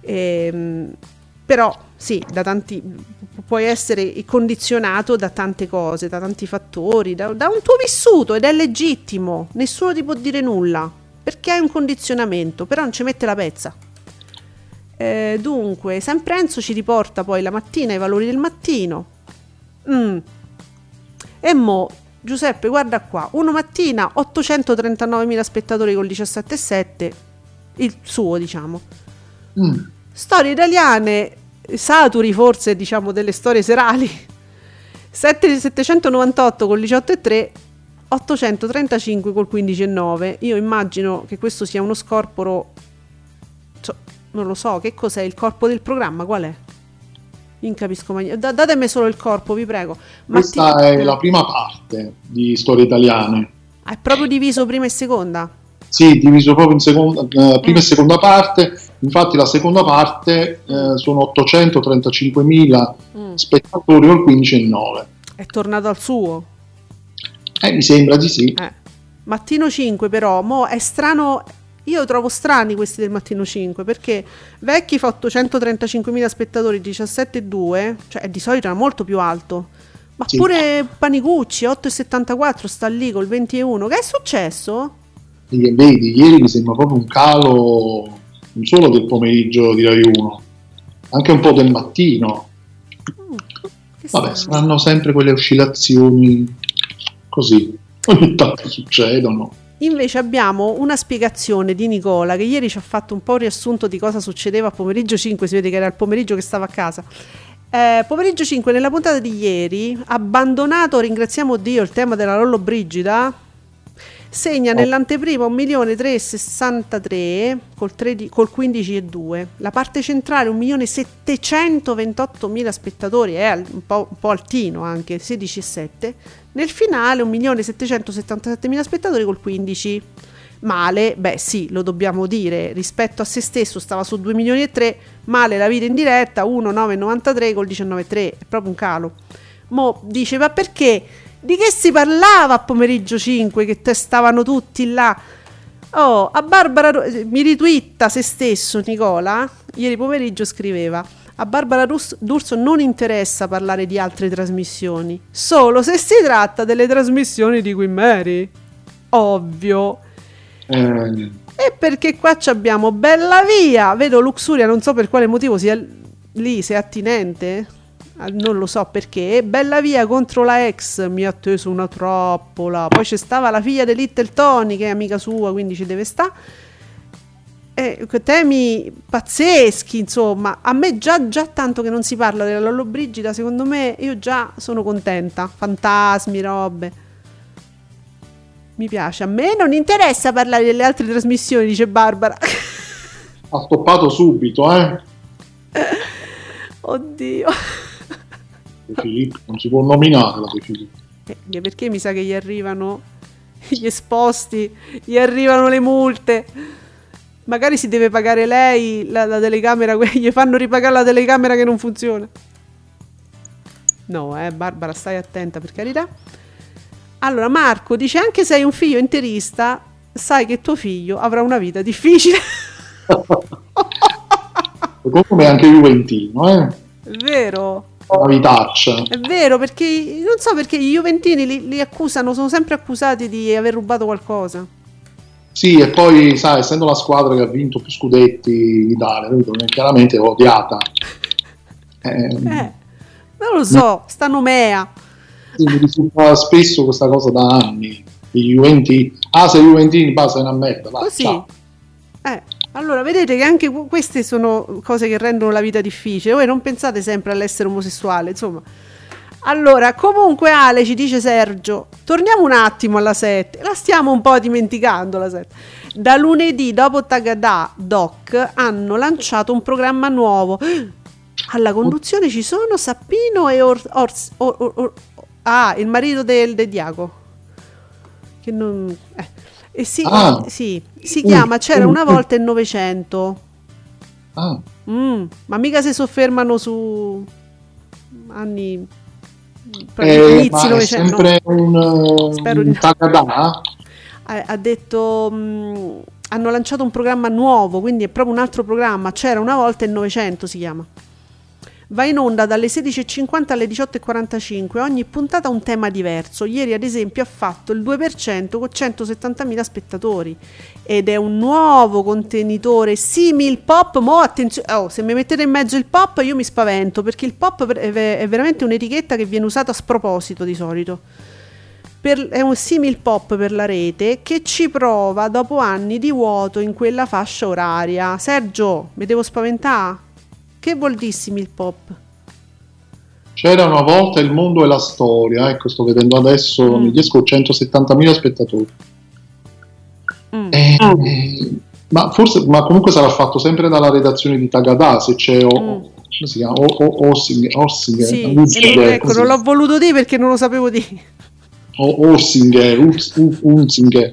ehm, però sì, da tanti, puoi essere condizionato da tante cose, da tanti fattori, da, da un tuo vissuto, ed è legittimo, nessuno ti può dire nulla perché hai un condizionamento, però non ci mette la pezza. Eh, dunque, sempre Enzo ci riporta poi la mattina, i valori del mattino. Mm. E mo Giuseppe, guarda qua, uno mattina ottocentotrentannovemila spettatori col diciassette virgola sette, il suo diciamo. Mm. Storie italiane saturi forse diciamo delle storie serali, settecentonovantotto col diciotto virgola tre, ottocentotrentacinque col quindici virgola nove. Io immagino che questo sia uno scorporo, cioè, non lo so, che cos'è il corpo del programma, qual è? Non capisco mai. Da- datemi solo il corpo, vi prego. Questa Matti- è la prima parte di Storie Italiane. È proprio diviso prima e seconda? Sì, diviso proprio in seconda, eh, prima mm. e seconda parte. Infatti la seconda parte eh, sono ottocentotrentacinquemila mm. spettatori col quindici virgola nove. È tornato al suo? Eh, mi sembra di sì. Eh. Mattino cinque però, mo è strano, io trovo strani questi del Mattino cinque, perché Vecchi fa ottocentotrentacinquemila spettatori, diciassette virgola due, cioè di solito era molto più alto. Ma sì. Pure Panicucci otto virgola settantaquattro sta lì col venti virgola uno. Che è successo? E vedi, ieri mi sembra proprio un calo non solo del pomeriggio di Rai uno, anche un po' del mattino. Mm, Vabbè, saranno sempre quelle oscillazioni così, ogni tanto succedono. Invece abbiamo una spiegazione di Nicola, che ieri ci ha fatto un po' un riassunto di cosa succedeva a pomeriggio cinque, si vede che era il pomeriggio che stava a casa. Eh, pomeriggio cinque, nella puntata di ieri, abbandonato, ringraziamo Dio, il tema della Lollobrigida, segna oh. nell'anteprima un milione trecentosessantatré col, tredici, col quindici virgola due. La parte centrale un milione settecentoventottomila spettatori, è un po', un po' altino anche, sedici virgola sette. Nel finale un milione settecentosettantasettemila spettatori col quindici. Male, beh sì, lo dobbiamo dire, rispetto a se stesso stava su due milioni e tre, male la vita in diretta uno virgola novecentonovantatré col diciannove virgola tre, è proprio un calo. Mo dice, ma perché? Di che si parlava a pomeriggio cinque che te stavano tutti là? Oh, a Barbara, mi ritwitta se stesso Nicola, ieri pomeriggio scriveva: a Barbara D'Urso non interessa parlare di altre trasmissioni, solo se si tratta delle trasmissioni di Queen Mary. Ovvio. Eh. E perché qua abbiamo Bella Via, vedo Luxuria, non so per quale motivo sia lì, se è attinente, non lo so perché. Bella Via contro la ex, mi ha teso una trappola. Poi c'è stava la figlia di Little Tony che è amica sua, quindi ci deve sta. Eh, temi pazzeschi, insomma. A me già, già tanto che non si parla della Lollobrigida, secondo me io già sono contenta. Fantasmi, robe, mi piace. A me non interessa parlare delle altre trasmissioni, dice Barbara. Ha stoppato subito, eh. Oddio. De Filippo, non si può nominare la De Filippo. Eh, perché mi sa che gli arrivano gli esposti, gli arrivano le multe. Magari si deve pagare lei la, la telecamera, gli fanno ripagare la telecamera che non funziona. No, eh, Barbara, stai attenta, per carità. Allora, Marco dice: anche se hai un figlio interista, sai che tuo figlio avrà una vita difficile. Come anche Juventino, eh? È vero. Una vitaccia. È vero, perché non so perché i Juventini li, li accusano, sono sempre accusati di aver rubato qualcosa. Sì, e poi, sai, essendo la squadra che ha vinto più scudetti d'Italia, chiaramente è odiata. Eh, eh, non lo so, sta nomea. Sì, mi risulta spesso questa cosa da anni. I Juventini, ah, sei Juventini, basta, è una merda. Va, così. Ciao. Eh, allora, vedete che anche queste sono cose che rendono la vita difficile. Voi non pensate sempre all'essere omosessuale, insomma. Allora, comunque Ale, ci dice Sergio, torniamo un attimo alla sette, la stiamo un po' dimenticando la sette. Da lunedì dopo Tagada Doc hanno lanciato un programma nuovo. Alla conduzione ci sono Sappino e Or, Ors, Or, Or, Or, ah, il marito del, del Diaco. Che non eh. E si, ah. sì, si chiama C'era una volta il Novecento. Ah. Mm, ma mica si soffermano su anni eh, inizi Novecento. È sempre no. un, Spero un di... Tagada? Ha, ha detto mh, hanno lanciato un programma nuovo, quindi è proprio un altro programma. C'era una volta il Novecento, si chiama. Va in onda dalle sedici e cinquanta alle diciotto e quarantacinque, ogni puntata un tema diverso. Ieri ad esempio ha fatto il due per cento con centosettantamila spettatori ed è un nuovo contenitore simil pop. Mo attenzione, oh, se mi mettete in mezzo il pop io mi spavento, perché il pop è veramente un'etichetta che viene usata a sproposito di solito. Per, è un simil pop per la rete che ci prova dopo anni di vuoto in quella fascia oraria. Sergio, mi devo spaventare? Che vuol dire simil pop? C'era una volta il mondo e la storia, ecco, sto vedendo adesso, mm. mi riesco centosettantamila spettatori. Mm. Eh, eh, ma forse, ma comunque sarà fatto sempre dalla redazione di Tagada, se c'è o, mm. come si chiama? O, o, Ossinger, Ossinger, sì, Ossinger, ecco, non l'ho voluto dire perché non lo sapevo dire. o Orsinger, Urs- U- Unzinger,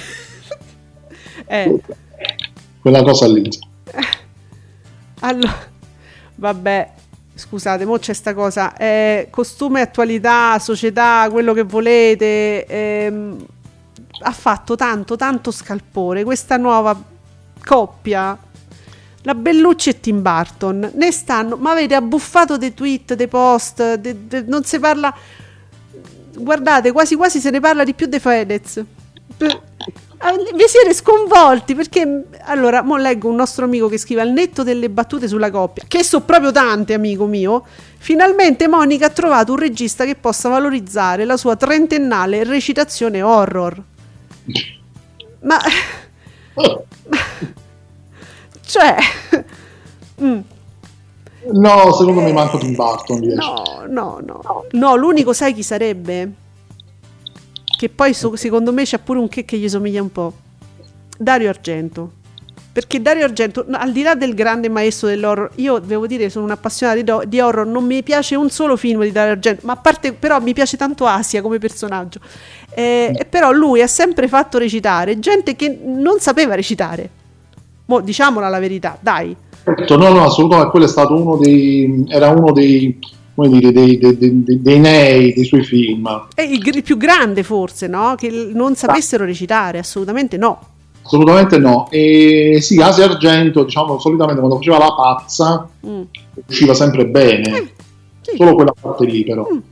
Eh, quella cosa lì. allora, vabbè, scusate, mo c'è sta cosa. Eh, costume, attualità, società, quello che volete. ehm, ha fatto tanto, tanto scalpore questa nuova coppia. La Bellucci e Tim Burton ne stanno, ma avete abbuffato dei tweet, dei post, de- de- non si parla, guardate, quasi quasi se ne parla di più dei Fedez. P- ah, vi siete sconvolti perché, allora, mo leggo un nostro amico che scrive: al netto delle battute sulla coppia, che sono proprio tante, amico mio, finalmente Monica ha trovato un regista che possa valorizzare la sua trentennale recitazione horror. Ma cioè, mm, No, secondo me manco Tim Burton riesce. no, no, no, no, l'unico sai chi sarebbe? Che poi so- secondo me c'è pure un che che gli somiglia un po'. Dario Argento. Perché Dario Argento, no, al di là del grande maestro dell'horror, io devo dire sono un'appassionata di, do- di horror, non mi piace un solo film di Dario Argento, ma a parte, però mi piace tanto Asia come personaggio. Eh, e però lui ha sempre fatto recitare gente che non sapeva recitare. Mo, diciamola la verità, dai. Certo, no, no, assolutamente, quello è stato uno dei, era uno dei, come dire, dei, dei, dei, dei nei dei suoi film. È il, gr- il più grande forse, no? Che l- non sapessero recitare, assolutamente no. Assolutamente no. E sì, Asia Argento, diciamo, solitamente quando faceva la pazza Mm. usciva sempre bene, Eh, sì. solo quella parte lì però. Mm.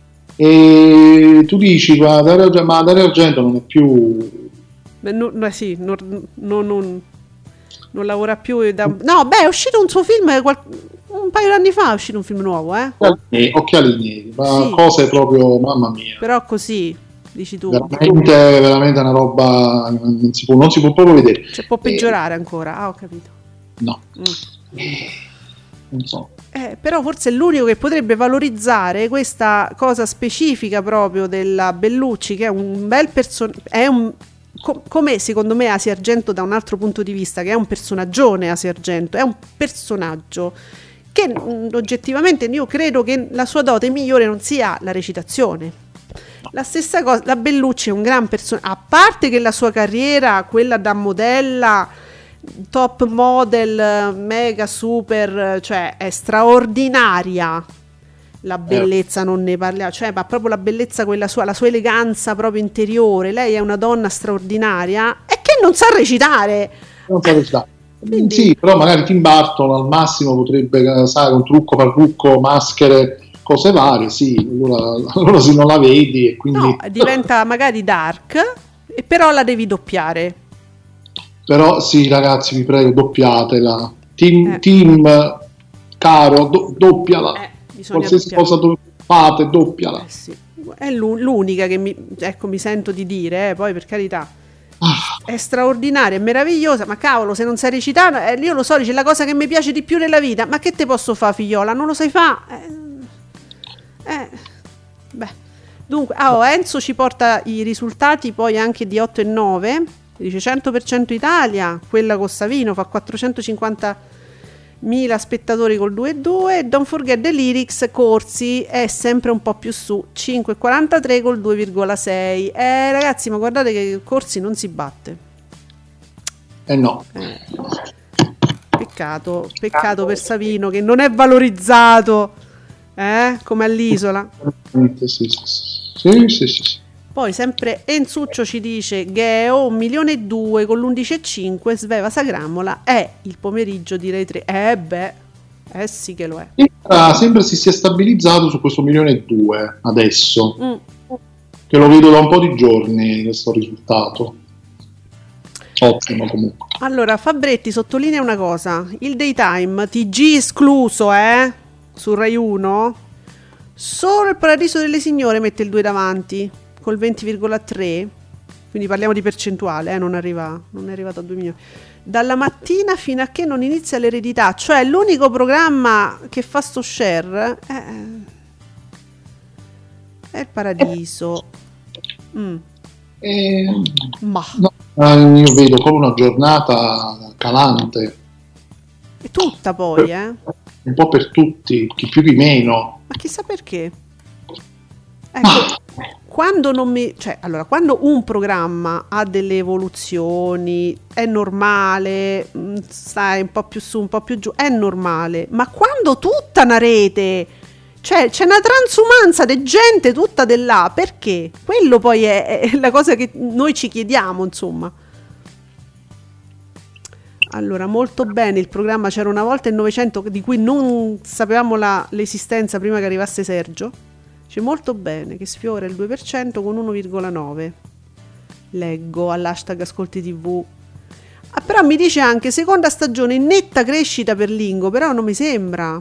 E tu dici, ma Dario Argento, ma Dario Argento non è più... Beh, no, no, sì, non, non- non- non lavora più da... No, beh, è uscito un suo film qual- un paio di anni fa, è uscito un film nuovo, eh? Eh, occhiali neri, ma Sì. cose proprio, mamma mia. Però così, dici tu, Veramente, veramente una roba, non si può, non si può proprio vedere. cioè, può peggiorare ancora. Ah, ho capito. No, Mm. non so. Eh, però forse è l'unico che potrebbe valorizzare questa cosa specifica proprio della Bellucci, che è un bel personaggio, è un co- come secondo me Asia Argento da un altro punto di vista, che è un personaggione. Asia Argento è un personaggio che mh, oggettivamente io credo che la sua dote migliore non sia la recitazione. La stessa cosa, la Bellucci è un gran personaggio, a parte che la sua carriera, quella da modella, top model, mega super, cioè è straordinaria. La bellezza non ne parliamo, cioè ma proprio la bellezza quella sua, la sua eleganza proprio interiore. Lei è una donna straordinaria e che non sa recitare. Non so recitare. Quindi- Sì, però magari Tim Burton al massimo potrebbe, sai, un trucco, parrucco, maschere, cose varie, sì, allora, allora se non la vedi e quindi... No, diventa magari dark, e però la devi doppiare. Però sì, ragazzi, vi prego, doppiatela. Team, Eh. team caro, do- doppiala. Eh, bisogna Qualsiasi doppiare. cosa do- fate, doppiala. Eh sì. È l'u- l'unica che mi, ecco, mi sento di dire, eh, poi per carità. Ah, È straordinaria, è meravigliosa, ma cavolo, se non sai recitare, eh, io lo so, dice la cosa che mi piace di più nella vita, ma che te posso fare, figliola? Non lo sai fare? Eh, eh, beh. Dunque, ah, oh, Enzo ci porta i risultati poi anche di otto e nove, dice cento per cento Italia, quella con Savino fa quattrocentocinquantamila spettatori col due virgola due, Don't Forget the Lyrics, Corsi è sempre un po' più su, cinque virgola quarantatré col due virgola sei. Eh ragazzi, ma guardate che Corsi non si batte. eh no. Eh, peccato, peccato per Savino che non è valorizzato, eh, come all'Isola. Sì, sì, sì, sì, sì, sì, sì. Poi sempre Enzuccio ci dice Geo un milione e due con l'undici virgola cinque, Sveva Sagramola è il pomeriggio di Rai tre. Eh beh, eh sì che lo è. Sembra, sembra si sia stabilizzato su questo milione e due adesso, Mm. che lo vedo da un po' di giorni questo risultato. Ottimo comunque. Allora, Fabretti sottolinea una cosa, il daytime T G escluso, eh, su Rai uno, solo il Paradiso delle Signore mette il due davanti, col venti virgola tre, quindi parliamo di percentuale, eh, non, arriva, non è arrivato a due milioni. Dalla mattina fino a che non inizia l'eredità, cioè l'unico programma che fa sto share è, è il Paradiso. Mm, Eh, ma no, eh, io vedo come una giornata calante, è tutta poi, eh. un po' per tutti, chi più chi meno. Ma chissà perché. Ecco, quando non mi, cioè, allora, quando un programma ha delle evoluzioni è normale, mh, stai un po' più su, un po' più giù, è normale, ma quando tutta una rete, cioè c'è una transumanza di gente tutta di là, perché? Quello poi è, è la cosa che noi ci chiediamo, insomma. Allora, molto bene, il programma C'era una volta il Novecento, di cui non sapevamo la, l'esistenza prima che arrivasse Sergio. C'è molto bene, che sfiora il due per cento con uno virgola nove. Leggo all'hashtag Ascolti tivù. Ah, però mi dice anche seconda stagione in netta crescita per Lingo, però non mi sembra.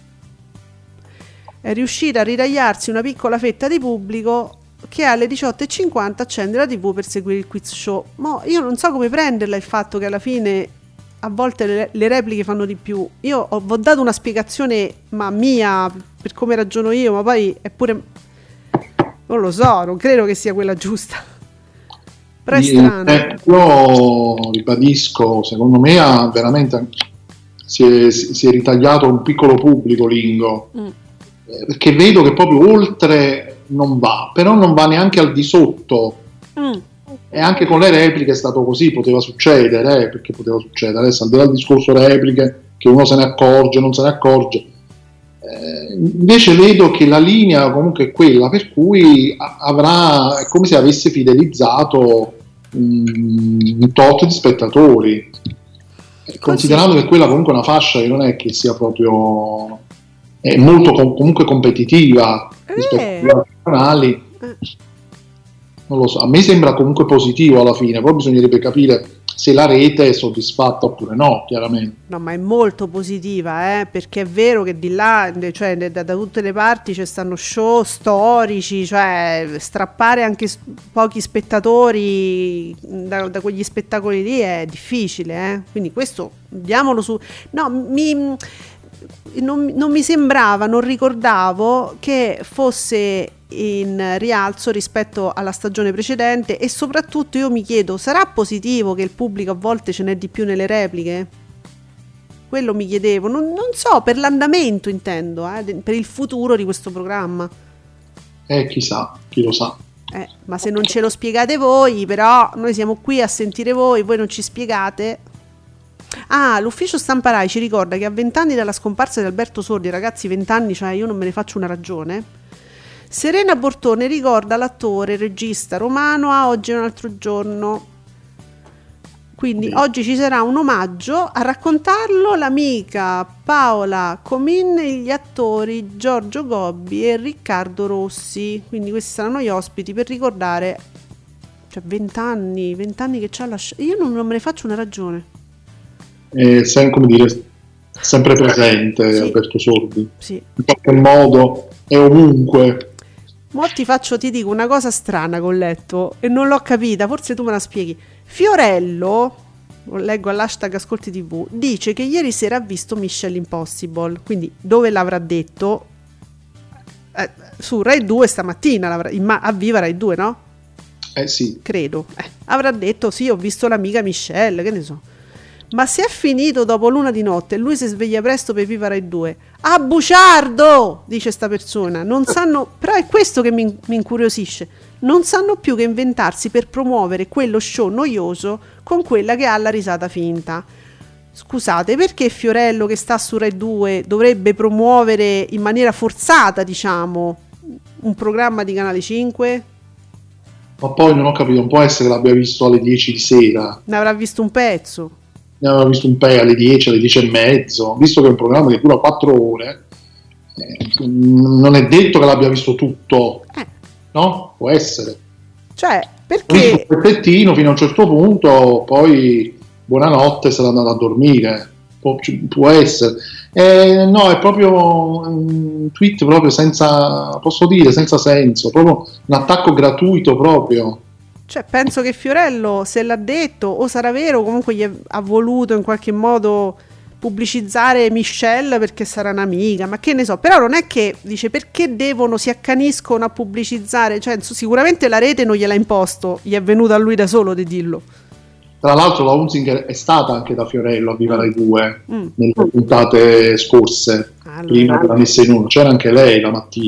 È riuscita a ritagliarsi una piccola fetta di pubblico che alle diciotto e cinquanta accende la tivù per seguire il quiz show. Ma io non so come prenderla il fatto che alla fine a volte le, le repliche fanno di più. Io ho, ho dato una spiegazione ma mia per come ragiono io, ma poi è pure, non lo so, non credo che sia quella giusta, però è strano. Eh, io ribadisco, secondo me ha veramente si è, si è ritagliato un piccolo pubblico Lingo, mm. eh, perché vedo che proprio oltre non va, però non va neanche al di sotto. mm. E anche con le repliche è stato così, poteva succedere, eh, perché poteva succedere, adesso al di là del discorso repliche, che uno se ne accorge, non se ne accorge, eh, invece vedo che la linea comunque è quella, per cui a- avrà, è come se avesse fidelizzato um, un tot di spettatori, considerando che quella comunque è una fascia che non è che sia proprio, è molto com- comunque competitiva rispetto Eh. agli altri canali. Eh. Non lo so, a me sembra comunque positivo alla fine, poi bisognerebbe capire se la rete è soddisfatta oppure no, chiaramente. No, ma è molto positiva, eh, perché è vero che di là, cioè da, da tutte le parti ci stanno show storici, cioè strappare anche s- pochi spettatori da, da quegli spettacoli lì è difficile, eh. Quindi questo diamolo su. No, mi non, non mi sembrava, non ricordavo che fosse in rialzo rispetto alla stagione precedente, e soprattutto io mi chiedo, sarà positivo che il pubblico a volte ce n'è di più nelle repliche? Quello mi chiedevo, non, non so, per l'andamento intendo, eh, per il futuro di questo programma. Eh, chissà, chi lo sa. Eh, ma se non ce lo spiegate voi, però noi siamo qui a sentire voi, voi non ci spiegate. Ah, l'ufficio stampa Rai ci ricorda che a vent'anni dalla scomparsa di Alberto Sordi, ragazzi, vent'anni, cioè io non me ne faccio una ragione. Serena Bortone ricorda l'attore, regista romano a Oggi è un altro giorno. Quindi sì. Oggi ci sarà un omaggio, a raccontarlo l'amica Paola Comin e gli attori Giorgio Gobbi e Riccardo Rossi. Quindi questi saranno gli ospiti per ricordare, cioè vent'anni, vent'anni che ci ha lasciato. Io non, non me ne faccio una ragione. È sempre, come dire, sempre presente, sì. Alberto Sordi. Sì. In qualche modo è ovunque. Mo ti faccio, ti dico una cosa strana che ho letto e non l'ho capita, forse tu me la spieghi. Fiorello, lo leggo all'hashtag Ascolti tivù, dice che ieri sera ha visto Mission Impossible, quindi dove l'avrà detto? Eh, su Rai due stamattina, l'avrà, imma- a Viva Rai due, no? Eh sì. Credo. Eh, avrà detto sì, ho visto l'amica Michelle, che ne so. Ma se è finito dopo l'una di notte e lui si sveglia presto per Viva Rai due, a buciardo, dice sta persona, non sanno, però è questo che mi, mi incuriosisce, non sanno più che inventarsi per promuovere quello show noioso con quella che ha la risata finta. Scusate, perché Fiorello, che sta su Rai due, dovrebbe promuovere in maniera forzata, diciamo, un programma di Canale cinque? Ma poi non ho capito, non può essere che l'abbia visto alle dieci di sera. Ne avrà visto un pezzo. Ne avevo visto un paio alle dieci, alle dieci e mezzo, visto che è un programma che dura quattro ore, eh, non è detto che l'abbia visto tutto, eh. No? Può essere. Cioè, perché... Ho visto un pezzettino fino a un certo punto, poi buonanotte, se l'è andato a dormire, può, può essere. Eh, no, è proprio un tweet proprio senza, posso dire, senza senso, proprio un attacco gratuito proprio. Cioè, penso che Fiorello, se l'ha detto, o sarà vero, comunque gli ha voluto in qualche modo pubblicizzare Michelle perché sarà un'amica, ma che ne so. Però non è che, dice, perché devono, si accaniscono a pubblicizzare, cioè sicuramente la rete non gliel'ha imposto, gli è venuto a lui da solo di dirlo. Tra l'altro la Hunziker è stata anche da Fiorello a Viva Rai due, mm. nelle puntate scorse, allora, prima che la messa in uno, c'era anche lei la mattina.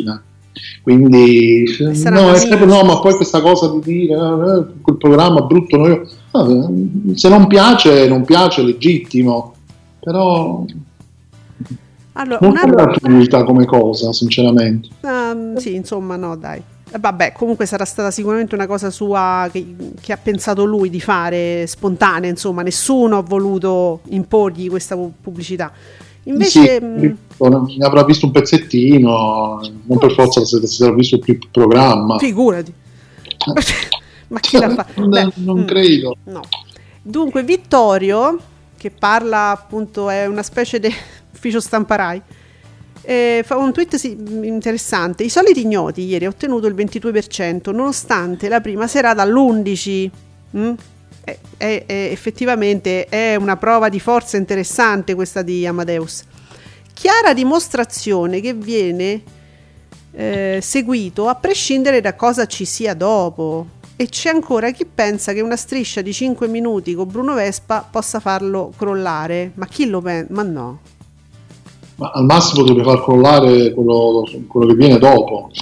Quindi sarà no, è amici. proprio, no, ma poi questa cosa di dire eh, quel programma brutto, noi, eh, se non piace, non piace, legittimo, però Allora, non un è altro- gratuita come cosa, sinceramente. Ehm, sì, insomma, no, dai. Eh, Vabbè, comunque sarà stata sicuramente una cosa sua che, che ha pensato lui di fare, spontanea, insomma, nessuno ha voluto imporgli questa pu- pubblicità. Invece, Sì, mh, ne avrà visto un pezzettino, non per forza se si sarà visto più il programma. figurati. Ma chi l'ha fatto? Non- Beh, non mm, credo. no. Dunque, Vittorio, che parla appunto, è una specie di ufficio stampa Rai, eh, fa un tweet sì, interessante. I soliti ignoti ieri ha ottenuto il ventidue per cento nonostante la prima serata all'undici. Mm? È, è- è- effettivamente è una prova di forza interessante questa di Amadeus. Chiara dimostrazione che viene eh, seguito a prescindere da cosa ci sia dopo. E c'è ancora chi pensa che una striscia di cinque minuti con Bruno Vespa possa farlo crollare. Ma chi lo pensa? Ma no. Ma al massimo dovrebbe far crollare quello, quello che viene dopo.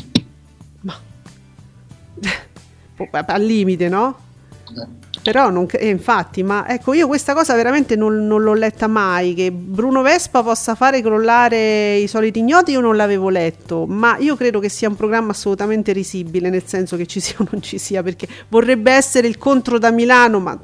Al limite, no? Eh. Però non, eh, infatti, ma ecco, io questa cosa veramente non, non l'ho letta mai, che Bruno Vespa possa fare crollare i soliti ignoti, io non l'avevo letto, ma io credo che sia un programma assolutamente risibile, nel senso che ci sia o non ci sia, perché vorrebbe essere il contro da Milano, ma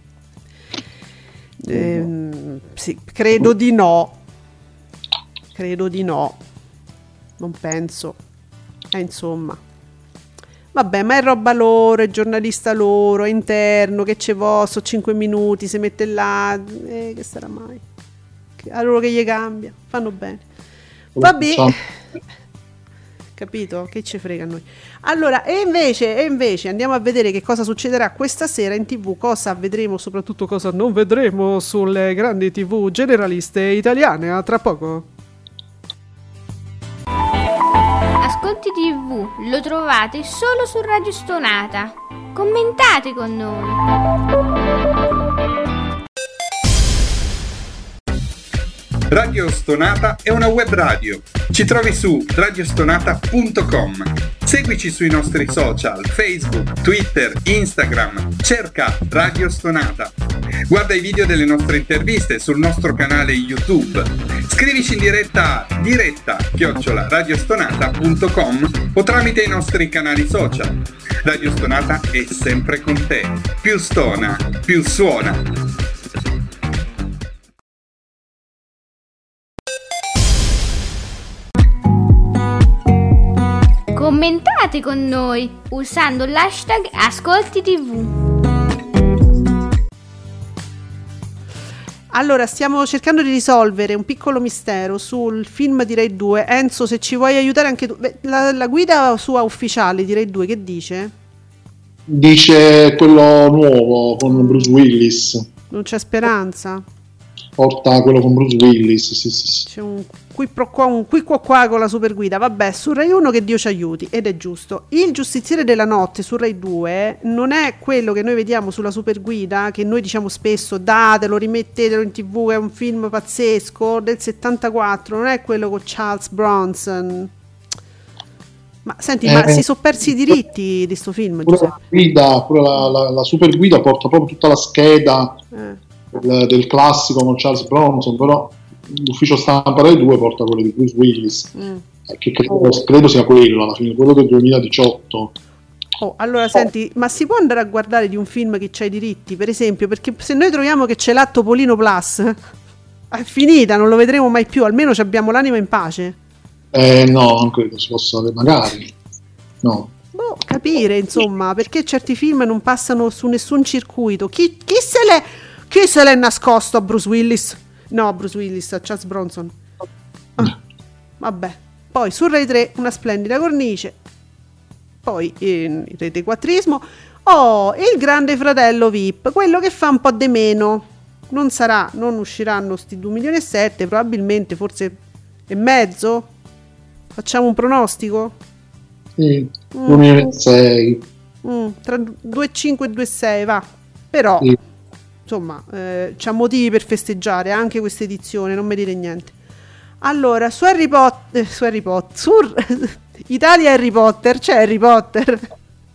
ehm, sì, credo di no, credo di no, non penso, eh, insomma. Vabbè, ma è roba loro, è giornalista loro, è interno, che ce posso, cinque minuti, si mette là, eh, che sarà mai? Che- A loro che gli cambia, fanno bene. Vabbè, Facciamo. capito? Che ci frega a noi. Allora, e invece, e invece andiamo a vedere che cosa succederà questa sera in tv, cosa vedremo, soprattutto cosa non vedremo sulle grandi tv generaliste italiane, a tra poco. Ascolti tivù lo trovate solo su Radio Stonata. Commentate con noi. Radio Stonata è una web radio. Ci trovi su radiostonata punto com. Seguici sui nostri social, Facebook, Twitter, Instagram. Cerca Radio Stonata. Guarda i video delle nostre interviste sul nostro canale YouTube. Scrivici in diretta a diretta chiocciola radiostonata punto com o tramite i nostri canali social. Radio Stonata è sempre con te. Più stona, più suona. Commentate con noi usando l'hashtag Ascolti tivù. Allora, stiamo cercando di risolvere un piccolo mistero sul film di Rai due. Enzo, se ci vuoi aiutare anche tu. Beh, la, la guida sua ufficiale di Rai due che dice? Dice quello nuovo con Bruce Willis. Non c'è speranza? Porta quello con Bruce Willis. Sì, sì, sì. C'è un qui pro qua, un qui qua qua con la super guida. Vabbè, su Rai uno che Dio ci aiuti, ed è giusto. Il giustiziere della notte su Rai due non è quello che noi vediamo sulla super guida, che noi diciamo spesso datelo, rimettetelo in tv, è un film pazzesco del settantaquattro, non è quello con Charles Bronson. Ma senti, Eh, ma si sono persi i diritti di sto film, Pure Giuseppe? la guida, pure la, la- la super guida porta proprio tutta la scheda Eh. del, del classico con Charles Bronson, però l'ufficio stampa Rai due porta quello di Bruce Willis, Mm. eh, che credo, credo sia quello alla fine, quello del duemiladiciotto. Oh, allora senti, ma si può andare a guardare di un film che c'ha i diritti, per esempio? Perché se noi troviamo che c'è l'atto Polino Plus, è finita, non lo vedremo mai più, almeno ci abbiamo l'anima in pace. Eh, no, non credo si possa, magari no. Boh, capire, insomma, perché certi film non passano su nessun circuito. Chi, chi se l'è chi se l'è nascosto a Bruce Willis? No, a Bruce Willis, a Charles Bronson. Ah, vabbè. Poi su Rai tre una splendida cornice. Poi in Rete Quattrismo oh, il Grande Fratello V I P, quello che fa un po' di meno. Non sarà, non usciranno sti due milioni e sette, probabilmente forse e mezzo. Facciamo un pronostico? Sì, duemilasei. Mm, tra due virgola cinque e due virgola sei va. Però Sì. insomma eh, c'ha motivi per festeggiare anche questa edizione, non mi dire niente. Allora, su Harry Potter, su Harry Potter, su, Italia Harry Potter, c'è Harry Potter.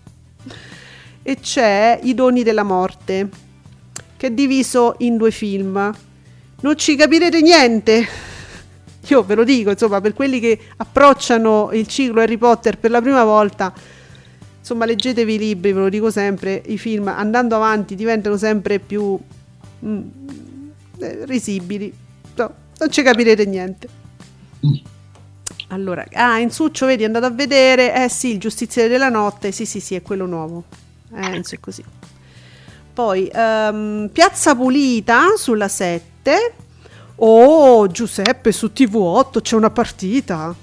E c'è I doni della morte, che è diviso in due film. Non ci capirete niente. Io ve lo dico, insomma, per quelli che approcciano il ciclo Harry Potter per la prima volta, insomma, leggetevi i libri, ve lo dico sempre, i film andando avanti diventano sempre più mm, eh, risibili. No, non ci capirete niente. Allora, ah, Enzuccio, vedi, è andato a vedere, eh sì, il Giustiziere della Notte, sì sì sì, è quello nuovo. Eh, Enzo è così. Poi, um, Piazza Pulita sulla sette. Oh, Giuseppe, su T V otto c'è una partita.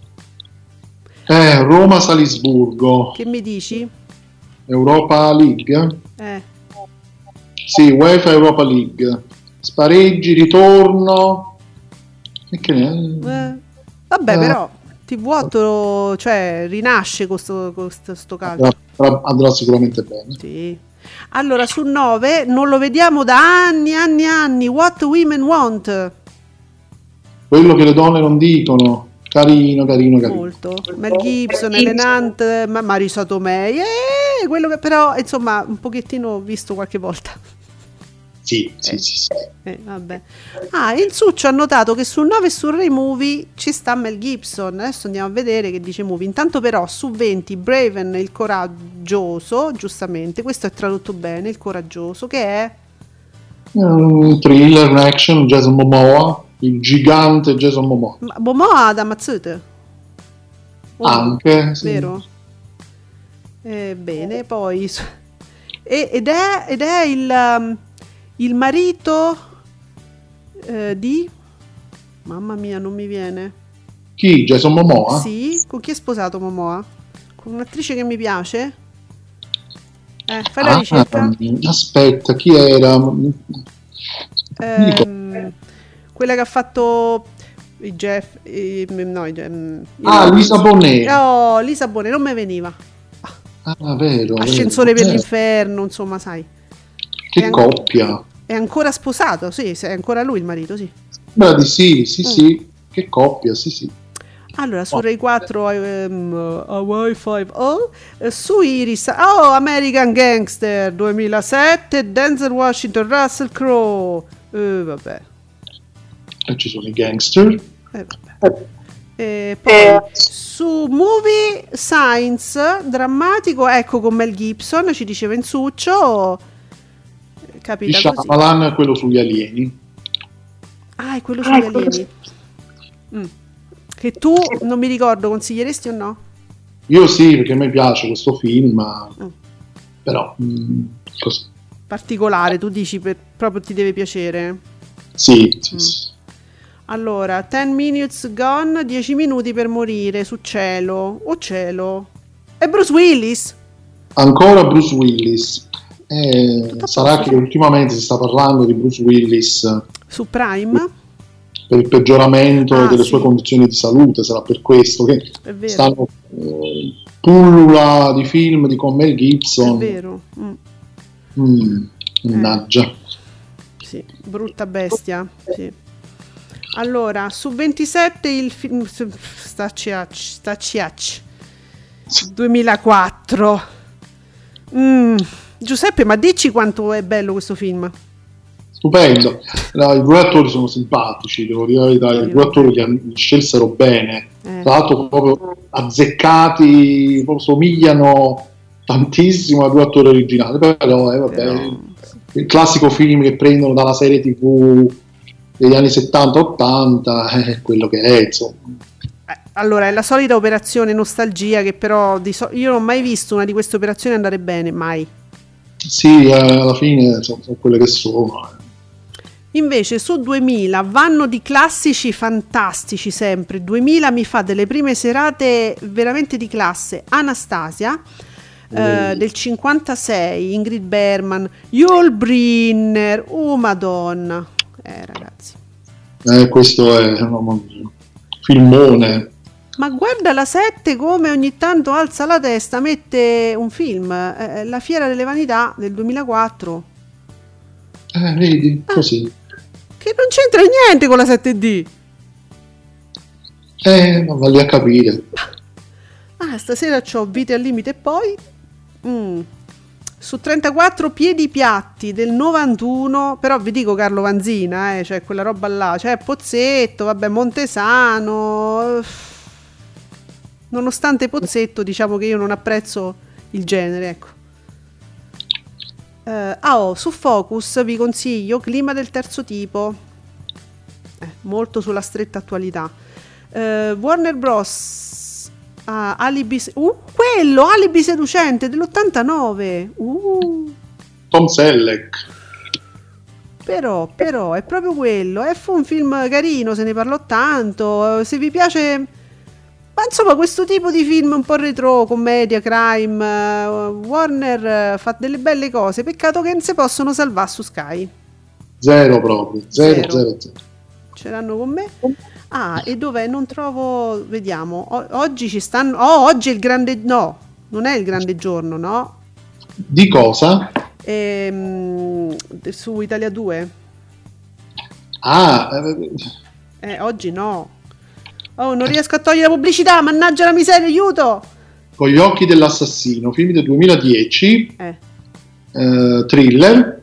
Eh, Roma-Salisburgo. Che mi dici? Europa League? Eh. Sì, UEFA Europa League. Spareggi, ritorno. E che ne è? Eh. Vabbè, Eh. però T V otto, cioè, rinasce con sto, con sto, sto calcio. Andrà, andrà sicuramente bene. Sì. Allora, su nove non lo vediamo da anni, anni, anni. What Women Want. Quello che le donne non dicono. Carino, carino, carino. Molto. Mel Gibson, Ellen Hunt, ma Marisa Tomei. Eh, quello che però, insomma, un pochettino ho visto qualche volta. Sì, sì, sì, sì. Eh, vabbè. Ah, il Succio ha notato che su nove e su Rai Movie ci sta Mel Gibson. Adesso andiamo a vedere che dice Movie. Intanto però su venti Braven, il coraggioso, giustamente, questo è tradotto bene, il coraggioso, che è Un thriller, un action, Jason Momoa, il gigante Jason Momoa. Ma- Momoa da Mazzute. Oh, Anche, sì. vero? Eh, bene, poi su- e- ed è ed è il um, il marito eh, di mamma mia, non mi viene. Chi? Jason Momoa? Sì, con chi è sposato Momoa? Con un'attrice che mi piace? Eh, fai la Ah, ricerca. aspetta, chi era? Ehm, quella che ha fatto i Jeff, i- no, i, mm, i- Ah, Lisa Bonet. Oh, Lisa Bonet, non mi veniva. Ah, vero. Ascensore vero. per Eh, l'inferno, insomma, sai. Che È an- coppia. È ancora sposato, sì, è ancora lui il marito, sì. Beh, di sì, sì, Mm. sì. Che coppia, sì, sì. Allora, su Rai quattro ehm, Hawaii cinque oh, eh, su Iris, oh, American Gangster duemilasette, Denzel Washington, Russell Crowe. Eh, vabbè. E ci sono i gangster. Eh, vabbè. E poi su Movie Science drammatico, ecco, con Mel Gibson, ci diceva Enzuccio, Di capita così. Shyamalan è quello sugli alieni. Ah, è quello sugli alieni. Mm. Che tu, non mi ricordo, consiglieresti o no? Io sì, perché a me piace questo film, ma Mm. però mm, così. Particolare, tu dici, per, proprio ti deve piacere. Sì, sì, Mm. sì. Allora, ten minutes gone, dieci minuti per morire su Cielo. O Cielo. È Bruce Willis. Ancora Bruce Willis. Eh, Tutto a sarà posto. che ultimamente si sta parlando di Bruce Willis Su Prime. per il peggioramento Ah, delle sì. sue condizioni di salute, sarà per questo che È vero. stanno eh, pullula di film di con Mel È Gibson. vero. Mm, Mm, mannaggia. sì, brutta bestia. Sì. Allora, su ventisette il film Stacciac, Stacciac duemilaquattro. Mm, Giuseppe, ma dici quanto è bello questo film? Stupendo. No, i due attori sono simpatici, devo dire la verità, i due attori li, han- li scelsero bene. Eh. Tra l'altro proprio azzeccati, proprio somigliano tantissimo ai due attori originali, però eh, vabbè, Però- il classico film che prendono dalla serie tivù degli anni settanta ottanta è quello che è, insomma. Eh, Allora, è la solita operazione nostalgia che però di so- io non ho mai visto una di queste operazioni andare bene, mai. Sì, eh, alla fine sono, sono quelle che sono. eh. Invece su duemila vanno di classici fantastici sempre. duemila mi fa delle prime serate veramente di classe. Anastasia eh, Mm. del cinquantasei, Ingrid Bergman, Yul Brynner, oh madonna. Eh ragazzi. Eh, questo è un filmone. Ma guarda la sette come ogni tanto alza la testa, mette un film, eh, La Fiera delle Vanità del duemilaquattro, Eh, vedi, così. che non c'entra niente con la sette D. Eh, ma va lì a capire. Ah, stasera c'ho Vite al limite e poi mm, su trentaquattro piedi piatti del novantuno, però vi dico Carlo Vanzina, eh, cioè quella roba là, cioè Pozzetto, vabbè, Montesano. Nonostante Pozzetto, diciamo che io non apprezzo il genere, ecco. Uh, ah, oh, su Focus vi consiglio Clima del terzo tipo, eh, molto sulla stretta attualità. uh, Warner Bros. ah, Alibi, uh, quello Alibi seducente dell'ottantanove, uh. Tom Selleck. Però, però è proprio quello, è fu un film carino, se ne parlò tanto, se vi piace. Ma insomma, questo tipo di film un po' retro, commedia, crime, uh, Warner uh, fa delle belle cose. Peccato che non si possono salvare su Sky. Zero proprio, zero, Zero. zero, zero. Ce l'hanno con me. Ah, e dov'è? Non trovo. Vediamo. O- oggi ci stanno. Oh, oggi è il grande. No, non è il grande giorno, no? Di cosa? Ehm, su Italia due. Ah, eh, Eh, oggi no. Oh, non riesco a togliere la pubblicità, mannaggia la miseria, aiuto! Con gli occhi dell'assassino, film del duemiladieci, Eh. eh, thriller.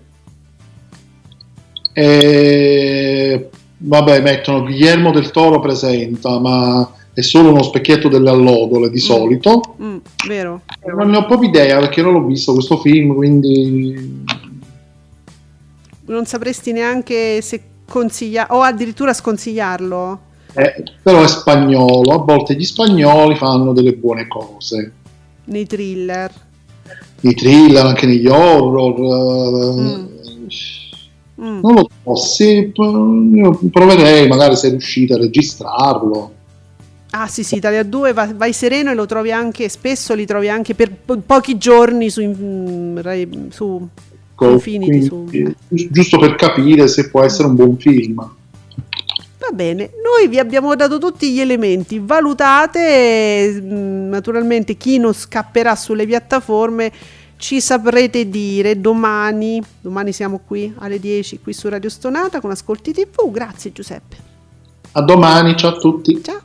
E vabbè, mettono Guillermo del Toro presenta, ma è solo uno specchietto delle allodole di solito. Mm, vero. Non ne ho proprio idea perché non l'ho visto questo film, quindi Non sapresti neanche se consigliare o addirittura sconsigliarlo. eh, però è spagnolo, a volte gli spagnoli fanno delle buone cose. Nei thriller. I thriller, anche negli horror. eh, Mm. Mm. Non lo so, se io proverei magari se riuscite a registrarlo. Ah sì sì, Italia due, vai, vai sereno e lo trovi anche, spesso li trovi anche per po- pochi giorni su, mm, Rai- su Infinity. Su, Quindi, giusto per capire se può essere un buon film. Va bene, noi vi abbiamo dato tutti gli elementi, valutate, mh, naturalmente chi non scapperà sulle piattaforme ci saprete dire domani, domani siamo qui alle dieci qui su Radio Stonata con Ascolti tivù, grazie Giuseppe. A domani, ciao a tutti. Ciao.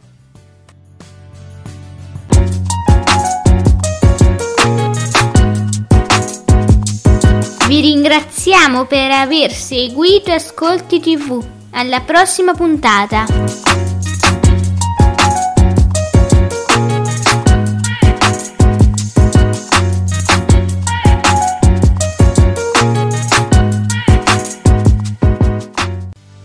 Vi ringraziamo per aver seguito Ascolti tivù. Alla prossima puntata.